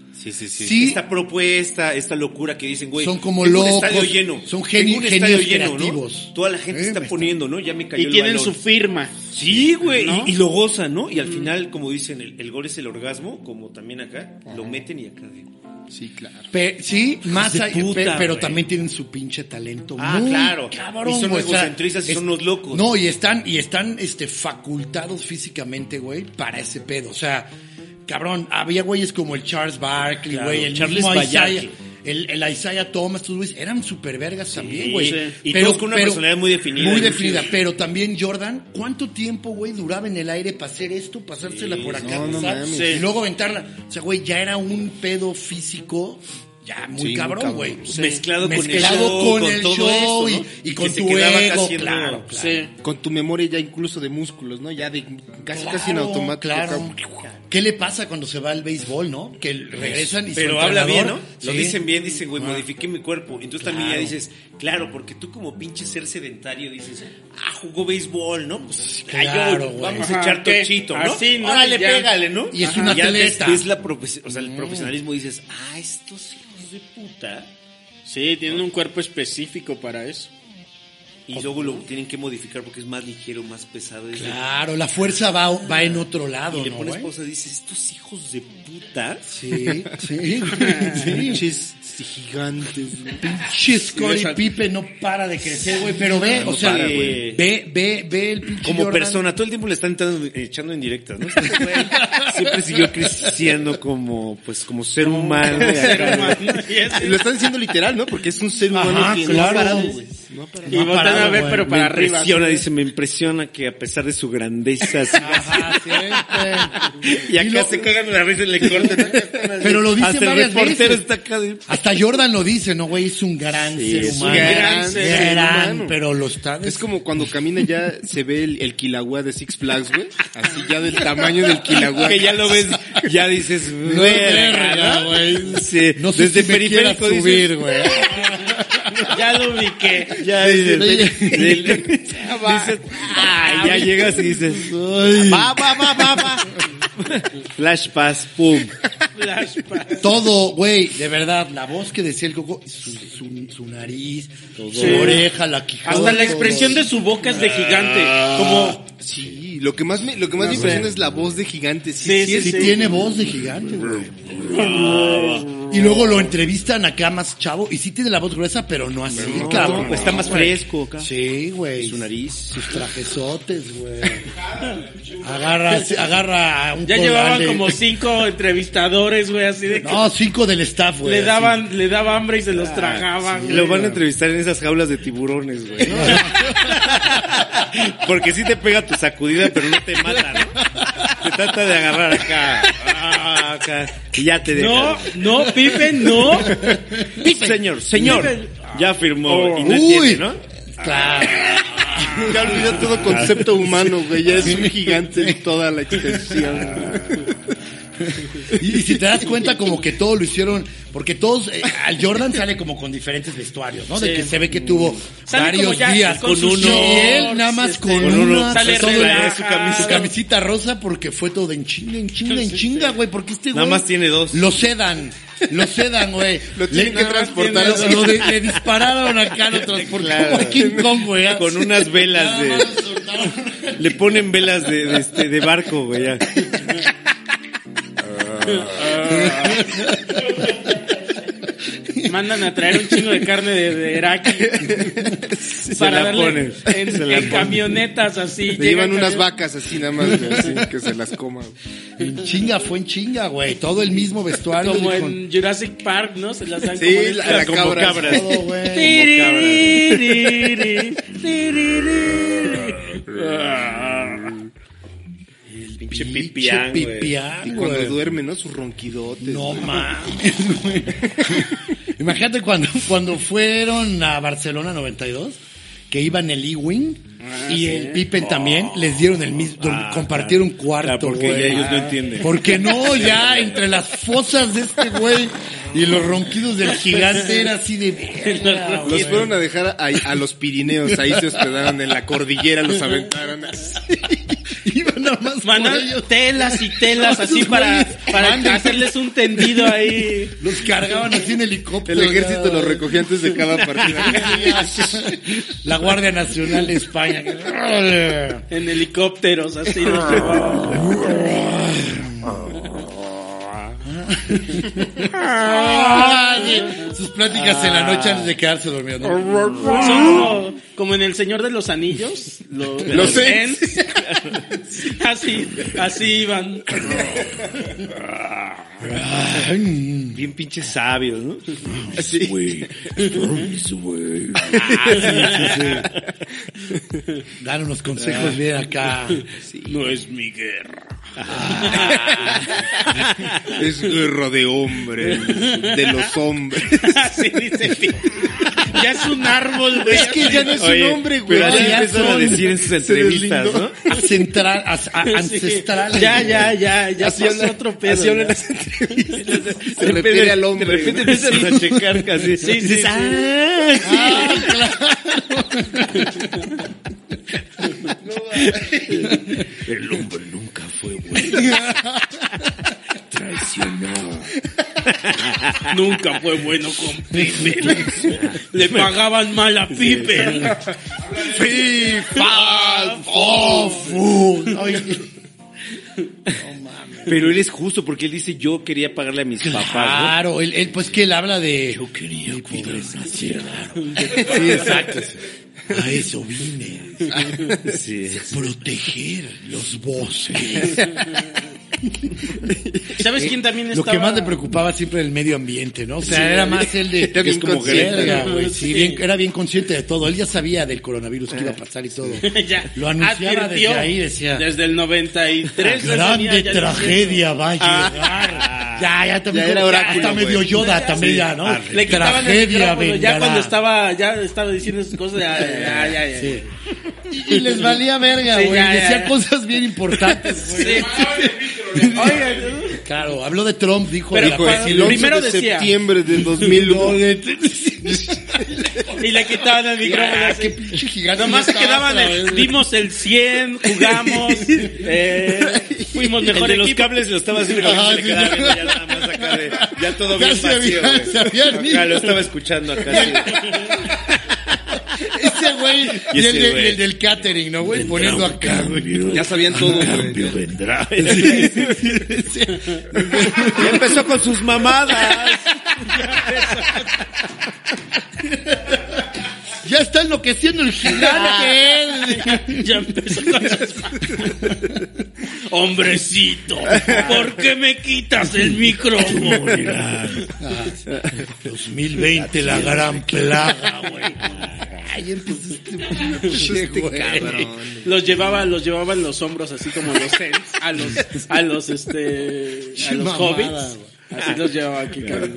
S2: Sí.
S3: esta propuesta, esta locura que dicen, güey,
S2: Son como
S3: tengo un
S2: locos,
S3: estadio lleno,
S2: son
S3: tengo un
S2: genios
S3: estadio lleno, ¿no?
S2: creativos.
S3: Toda la gente está
S2: Me
S3: poniendo, ¿no? Ya me cayó
S4: Y
S3: el
S4: tienen
S3: balón.
S4: su firma.
S3: Sí, güey,
S4: ¿no?
S3: y lo gozan, ¿no? Y al final, como dicen, el gol es el orgasmo, como también acá, lo meten y acá.
S5: Sí, claro.
S2: Sí, más
S3: de
S2: allá,
S3: puta,
S2: pero
S3: güey.
S2: también tienen su pinche talento.
S3: Ah,
S2: muy
S3: claro.
S2: cabrón,
S3: Y son
S2: güey, o sea,
S3: egocentristas y son unos locos.
S2: No, y están facultados físicamente, güey, para ese pedo. O sea, cabrón, había güeyes como el Charles Barkley,
S3: Claro,
S2: güey, el
S3: Charles
S2: mismo Isaiah,
S3: Barkley.
S2: el Isaiah Thomas, estos güeyes eran super vergas también,
S3: Sí,
S2: güey.
S3: sí. Y todos con una personalidad muy definida.
S2: Muy definida, pero también Jordan, ¿cuánto tiempo, güey, duraba en el aire para hacer esto, pasársela por acá,
S5: no
S2: pasar,
S5: mames.
S2: y luego aventarla? O sea, güey, ya era un pedo físico ya muy
S5: Sí, muy
S2: cabrón,
S5: cabrón.
S2: güey.
S3: Mezclado con el
S2: Mezclado
S3: show,
S2: con el
S3: todo
S2: show
S3: esto, ¿no?
S2: y con
S3: Que se
S2: tu
S3: quedaba
S2: ego,
S3: casi en
S2: claro.
S4: Sí.
S5: Con tu memoria ya incluso de músculos, ¿no? Ya de casi en
S2: Claro,
S5: automático.
S2: claro. ¿Qué le pasa cuando se va al béisbol, no? Que regresan y su
S3: Pero habla bien, ¿no?
S2: entrenador-
S3: Lo
S2: Sí.
S3: dicen bien, dicen, güey, modifiqué mi cuerpo. Entonces también ya
S2: Claro.
S3: dices, claro, porque tú como pinche ser sedentario dices, jugó béisbol, ¿no? Pues
S2: Claro,
S3: yo,
S2: güey.
S3: vamos
S4: Ajá,
S3: a echar
S4: ¿qué?
S3: tochito, ¿no?
S4: Así, ¿no?
S3: Órale,
S4: Ya.
S3: pégale, ¿no?
S2: Y es un
S3: Ya
S2: atleta.
S3: ves el profesionalismo dices, estos hijos de puta.
S4: Sí, tienen un cuerpo específico para eso.
S3: Y luego lo tienen que modificar porque es más ligero, más pesado. Es de-
S2: Claro, la fuerza va en otro lado,
S3: y le
S2: ¿no,
S3: pones
S2: güey?
S3: pausa y dices, estos hijos de puta.
S2: Sí, sí, sí.
S5: Pinches gigantes, güey.
S2: Pinche Scottie Pippen no para de crecer, güey, pero ve, o sea,
S3: para, güey.
S2: ve el pinche
S3: Como
S2: Jordan.
S3: persona, todo el tiempo le están echando en directas, ¿no? Este güey siempre siguió creciendo como ser humano. güey, acá, güey.
S5: Y lo están diciendo literal, ¿no? Porque es un ser humano
S2: Ajá,
S5: que no
S2: claro.
S5: ha parado, güey. No ha parado.
S4: Y voltean a
S2: parado,
S4: ver,
S2: güey.
S4: pero
S3: Me
S4: para arriba.
S3: impresiona,
S4: así.
S3: dice, me impresiona que a pesar de su grandeza siga
S2: Ajá, sí, güey.
S3: y acá
S2: Y lo-
S3: se cagan de la risa y le cortan.
S2: Pero lo dice
S3: Hasta el
S2: varias
S3: reportero
S2: veces.
S3: está acá de...
S2: Hasta Jordan lo dice, ¿no, güey? Es un gran ser
S3: es un
S2: humano.
S4: gran ser
S5: humano.
S2: Pero lo está...
S5: Es como cuando camina ya se ve el Kilauea de Six Flags, güey. Así ya del tamaño del Kilauea.
S3: Que ya lo ves, ya dices,
S2: No,
S3: verga,
S2: verga,
S3: ¿no?
S2: güey.
S3: Sí,
S2: No sé
S3: desde
S2: si me quiera
S3: periférico dices,
S2: subir, güey.
S4: Ya lo ubiqué.
S3: ya dices,
S2: Oye.
S3: dices, ya llegas y dices, va. Flash pass, pum.
S2: Todo, güey, de verdad, la voz que decía el Coco, su nariz, su oreja, la quijada.
S4: Hasta la
S2: todo.
S4: expresión de su boca es de gigante. Como,
S5: Sí, lo que más me impresiona es la voz de gigante.
S4: Sí,
S2: Sí, tiene voz de gigante, güey. Y luego lo entrevistan acá más chavo, y sí tiene la voz gruesa, pero no así, cabrón.
S3: Pues está más fresco acá.
S2: Sí, güey.
S3: Su nariz.
S2: Sus trajesotes, güey. Agarra un
S4: ya
S2: codal
S4: llevaban
S2: de-
S4: como 5 entrevistadores, güey, así de que
S2: No, 5 del staff, güey.
S4: le daba hambre y se los tragaban.
S3: Y
S4: güey.
S3: lo van a entrevistar en esas jaulas de tiburones, güey. ¿no? Porque sí te pega tu sacudida, pero no te mata, ¿no? Te trata de agarrar acá. Y ya te deja.
S4: No, Pipe, no.
S3: Señor. Ya firmó. Y no
S2: Uy.
S3: entiende, ¿no?
S2: Claro.
S5: Ya olvidó todo concepto humano, güey. Ya es un gigante en toda la extensión.
S2: Y si te das cuenta, como que todo lo hicieron, porque todos, al Jordan sale como con diferentes vestuarios, ¿no? De
S4: Sí.
S2: que se ve que tuvo
S4: Sale
S2: varios
S4: como ya
S2: días
S4: con sus
S2: y él
S4: shorts,
S2: nada más con
S3: con uno,
S2: una,
S4: sale
S2: todo el-
S4: relaja.
S2: su camisita rosa, porque fue todo en chinga, güey, porque este güey
S3: Nada más tiene 2.
S2: lo sedan, güey.
S5: Lo tienen que transportar.
S2: Le dispararon acá, lo transportaron como a King Kong, güey.
S3: Con unas velas
S2: Nada
S3: de...
S2: más soltaron.
S3: Le ponen velas de barco, güey. Ya.
S4: Mandan a traer un chingo de carne de Iraqi para
S3: la
S4: darle
S3: ponen, se la
S4: en
S3: ponen.
S4: camionetas así.
S5: Le llevan
S4: llegan
S5: unas
S4: camion-
S5: vacas así nada más, güey, así, que se las coma.
S2: Fue en chinga, güey. Todo el mismo vestuario.
S4: Como
S2: dijo,
S4: en Jurassic Park, ¿no? Se las dan
S5: Sí,
S4: como en
S5: la
S3: Como
S5: cabra.
S3: cabras.
S2: todo, güey.
S4: Tiririri, tiririri.
S3: El pinche pipián, güey.
S2: pipián,
S5: Y cuando
S2: güey.
S5: duerme, ¿no? Sus ronquidotes.
S2: No mames, güey. Imagínate cuando fueron a Barcelona 92, que iban el Ewing y el Pippen también, les dieron el mismo, compartieron cuarto,
S3: Claro, porque
S2: güey.
S3: ya ellos no entienden.
S2: Porque no, ya entre las fosas de este güey y los ronquidos del gigante era así de verga,
S5: Los
S2: güey.
S5: fueron a dejar a los Pirineos, ahí se hospedaron en la cordillera, los aventaron así.
S2: Iban nada más por
S4: Mandan
S2: ellos.
S4: telas y telas
S2: No,
S4: así
S2: esos
S4: para
S2: güeyes,
S4: hacerles un tendido ahí.
S2: Los cargaban así en helicóptero.
S5: El ejército
S2: ya,
S5: los
S2: güey.
S5: recogía antes de cada partida.
S2: La Guardia Nacional de España.
S4: En helicópteros, así. los llevaban.
S2: Sus pláticas en la noche antes de quedarse dormido, ¿no?
S4: Son como en El Señor de los Anillos. Los
S5: Ents.
S4: Ents. Así iban.
S3: Bien pinches sabios, ¿no?
S5: Así.
S2: Dan unos consejos bien acá.
S4: No es mi guerra.
S5: Es guerra de hombres, de los hombres.
S4: Así dice Pete. Ya es un árbol, güey.
S5: Es que ya no es
S3: Oye,
S5: un hombre, güey.
S3: pero así
S2: ya
S3: empezaron a
S2: son-
S3: decir en sus entrevistas, ¿no?
S2: Ancestrales.
S4: Ya
S5: Así
S4: pasó
S5: hablan,
S4: otro pedo.
S5: así hablan
S4: ¿no?
S5: las entrevistas. Se
S3: De
S5: refiere al hombre.
S3: De repente
S5: güey.
S3: empiezan a checar casi.
S4: Sí,
S3: Dices,
S4: sí.
S3: el hombre nunca fue bueno. Traicionó.
S4: Nunca fue bueno con Pipe. Le pagaban mal a Pipe.
S2: FIFA, Fofu. Oye,
S3: Pero él es justo porque él dice, yo quería pagarle a mis papás,
S2: claro, él pues que él habla de...
S3: ¿no? Yo quería poder nacer.
S2: Sí, exacto. A eso vine.
S3: Sí.
S2: Proteger los bosques.
S4: ¿Sabes quién también
S2: Lo
S4: estaba?
S2: que más le preocupaba siempre era el medio ambiente, ¿no? O sea, era más el de...
S5: Era bien
S2: es como
S5: consciente,
S2: verga,
S4: ¿no?
S2: güey.
S4: Sí.
S2: Sí, era bien consciente de todo. Él ya sabía del coronavirus que iba a pasar y todo.
S4: Ya
S2: Lo anunciaba
S4: advirtió
S2: desde ahí, decía...
S4: Desde el 93.
S2: Grande tragedia va a llegar. Ya también.
S5: Ya era oráculo,
S2: hasta medio
S5: güey.
S2: Yoda también
S4: Sí.
S2: ya, ¿no?
S4: Le quitaban el
S2: Tragedia
S4: micrófono. Ya
S2: vendrá.
S4: cuando estaba diciendo esas cosas, ya.
S2: Sí. Y les valía verga,
S4: Sí,
S2: güey.
S4: ya,
S2: Decía
S4: ya.
S2: cosas bien importantes, güey.
S4: Sí. Oigan,
S2: Claro, habló de Trump, dijo...
S4: Pero
S2: la
S5: Dijo,
S2: paz y
S5: el
S2: lo-
S5: 11
S4: primero
S5: de
S4: decía-
S5: septiembre del 2001.
S4: y le quitaban el micrófono.
S2: Ah,
S4: así.
S2: qué pinche gigante.
S4: Nomás se
S2: estaba
S4: quedaban,
S2: otra vez.
S4: dimos el 100, jugamos, fuimos
S3: El
S4: mejor
S3: de los
S4: equipo.
S3: cables lo estaba haciendo,
S2: Ajá,
S3: se le
S2: sí.
S3: quedaba viendo ya nada más acá de, ya todo
S2: Ya
S3: bien
S2: se
S3: vacío,
S2: había-
S3: güey.
S2: se habían
S3: Acá
S2: ido.
S3: lo estaba escuchando acá. Sí.
S2: Ese güey
S3: Y
S2: y
S3: ese
S2: el,
S3: güey.
S2: el del catering, ¿no, güey? Poniendo acá, güey.
S5: Ya sabían todo, güey.
S3: Vendrá. Ya empezó con sus mamadas.
S2: Ya está enloqueciendo el gigante.
S4: Ya empezó con sus- Hombrecito, ¿por qué me quitas el micrófono?
S2: 2020, la gran plaga, güey. Ay, empezó este güey.
S4: Los llevaba en los hombros así como los Ents, a los
S2: Mamada,
S4: hobbits.
S2: güey.
S4: Así los llevaba aquí, cabrón.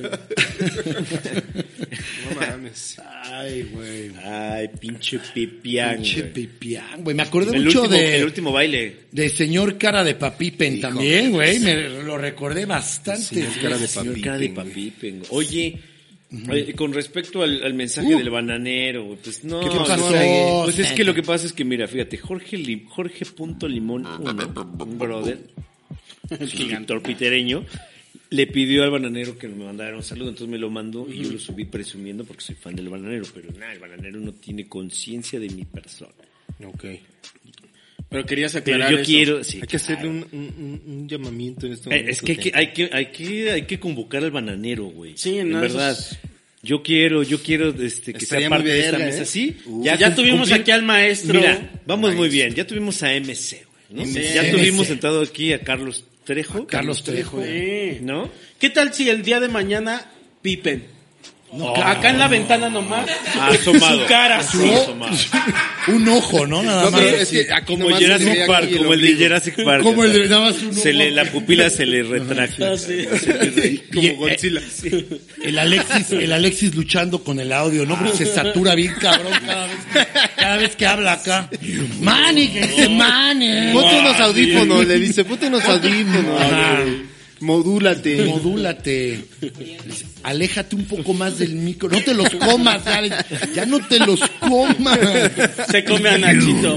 S5: No mames.
S2: Ay, güey.
S3: Ay, pinche pipián.
S2: Pinche
S3: güey.
S2: pipián, güey. Me acordé
S3: El
S2: mucho
S3: último, el
S2: de
S3: último baile.
S2: señor cara de papipen también, güey. Me lo recordé bastante.
S5: Señor cara de
S3: Señor
S5: papipen,
S3: cara de
S5: güey.
S3: papipen. Oye, con respecto al mensaje del bananero, güey, pues no.
S2: ¿Qué pasó?
S3: Pues es que lo que pasa es que, mira, fíjate, Jorge.limón, un brother, suscriptor pitereño, le pidió al bananero que me mandara un saludo, entonces me lo mandó y yo lo subí presumiendo porque soy fan del bananero, pero nada, el bananero no tiene conciencia de mi persona.
S5: Ok.
S4: Pero querías
S3: Pero
S4: aclarar
S3: yo
S4: eso.
S3: quiero, sí,
S5: Hay que hacerle
S3: claro.
S5: un llamamiento en este momento.
S3: Es que hay que convocar al bananero, güey.
S4: Sí,
S3: en
S4: no,
S3: verdad.
S4: esos-
S3: Yo quiero que sea
S5: Estaría
S3: parte
S5: muy
S3: de esta
S5: verga,
S3: mesa.
S5: ¿eh?
S3: Sí,
S4: Ya tuvimos aquí al maestro.
S3: Mira, vamos muy bien. Ya tuvimos a MC, güey, ¿no?
S4: Sí,
S3: Ya
S2: MC.
S3: tuvimos sentado aquí a Carlos Trejo.
S2: Carlos Trejo.
S4: Sí.
S3: ¿No?
S4: ¿Qué tal si el día de mañana pipen? Acá en la ventana nomás.
S3: Asomado.
S4: Su cara.
S3: Sí,
S2: No,
S3: asomado.
S2: un ojo, ¿no? Nada
S5: No,
S2: más.
S5: pero es que aquí
S3: Como
S5: nomás se
S3: Jurassic
S5: ve
S3: Park,
S5: aquí el
S3: como el de
S5: ombligo.
S3: Jurassic Park.
S2: Como el de nada más un ojo.
S3: La pupila se le retracta.
S4: Ah, sí.
S2: Y,
S5: Como Godzilla.
S2: el Alexis luchando con el audio, ¿no? Porque se satura bien cabrón cada vez que habla acá. Manny, que dice Manny.
S5: Ponte unos audífonos, le dice, ponte unos audífonos.
S2: Ajá.
S5: Modúlate.
S2: Modúlate. Aléjate un poco más del micro. No te los comas, ya no te los comas.
S4: Se come a Nachito.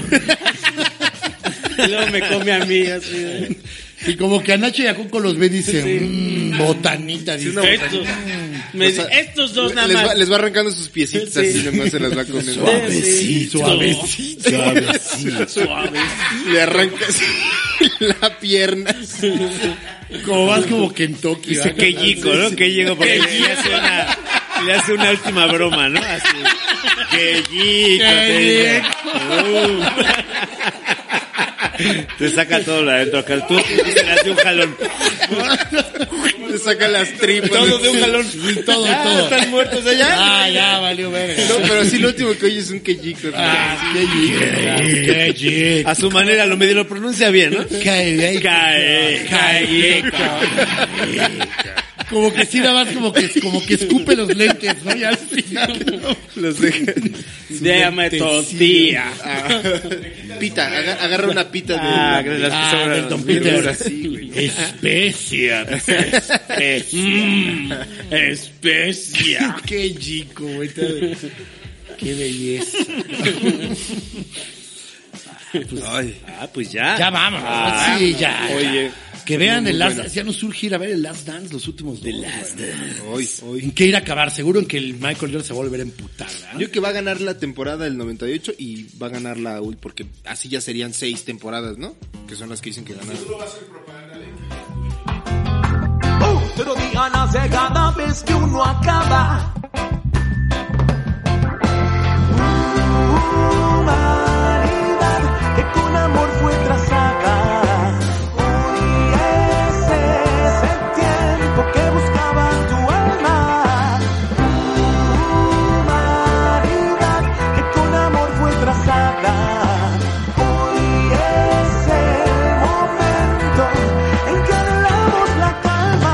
S4: Y luego me come a mí, así de...
S2: Y como que a Nacho y a Coco los ve y dice,
S4: Sí.
S2: botanita. Dice,
S4: Estos dos nada más.
S5: Les va arrancando sus piecitos
S4: Sí.
S5: así, nomás se las va comiendo.
S2: Suavecito, suavecito, suavecito.
S4: Suave.
S5: Le arranca así la pierna.
S2: Como vas como Kentucky.
S3: Dice
S2: ¿verdad?
S3: que yico, ¿no? Que yico, porque le hace una última broma, ¿no? Así. Que yico.
S2: Qué
S3: Te saca todo lo de adentro acá. Tú se le hace un jalón.
S5: Te saca las tripas.
S3: Todo de un jalón.
S2: Y todo.
S3: ¿Están muertos allá?
S2: Ya, valió verga.
S5: No, pero sí lo último que oye es un quejico.
S2: Qué chico.
S3: A su manera, lo medio lo pronuncia bien, ¿no?
S2: Como que sí, nada más como que escupe los lentes, ¿no? Y al final
S5: Los deja.
S4: Déjame tortilla.
S5: Pita, agarra una pita de...
S3: las que sobran.
S2: del Don Peter.
S5: Sí, güey.
S4: Especia. Especia.
S2: Qué chico, güey. Qué belleza.
S3: Pues ya.
S2: Ya vamos. Sí, ya.
S5: Oye.
S2: Que vean el Last Dance. Ya nos surge ir a ver el Last Dance, los últimos dos.
S5: Hoy.
S2: ¿En qué ir a acabar? Seguro en que el Michael Jordan se va a volver a emputar, ¿verdad?
S5: Yo que va a ganar la temporada del 98 y va a ganar la UL porque así ya serían 6 temporadas, ¿no? Que son las que dicen que ganaron.
S7: Otro día nace cada vez que uno acaba. Humanidad que con amor fue trazada. Hoy es el tiempo que buscaba tu alma. Humanidad que con amor fue trazada. Hoy es el momento en que anhelamos la calma.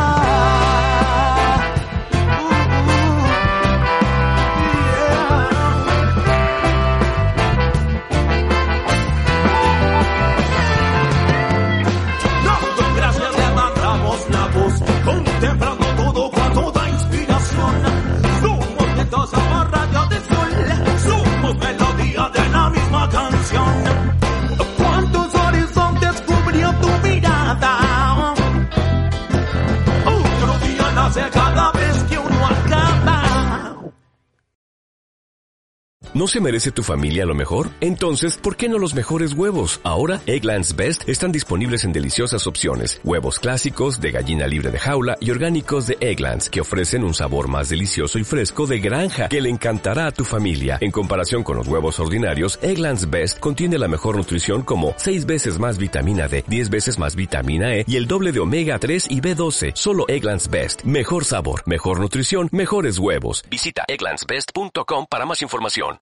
S7: Dando gracias levantamos la voz, contemplando todo cuanto da inspiración. Somos vientos, somos rayos de sol, somos melodía de la misma canción. ¿Cuántos horizontes cubrió tu mirada? Otro día nace cada vez que uno acaba.
S8: ¿No se merece tu familia lo mejor? Entonces, ¿por qué no los mejores huevos? Ahora, Eggland's Best están disponibles en deliciosas opciones. Huevos clásicos, de gallina libre de jaula y orgánicos de Eggland's, que ofrecen un sabor más delicioso y fresco de granja que le encantará a tu familia. En comparación con los huevos ordinarios, Eggland's Best contiene la mejor nutrición como 6 veces más vitamina D, 10 veces más vitamina E y el doble de omega 3 y B12. Solo Eggland's Best. Mejor sabor, mejor nutrición, mejores huevos. Visita egglandsbest.com para más información.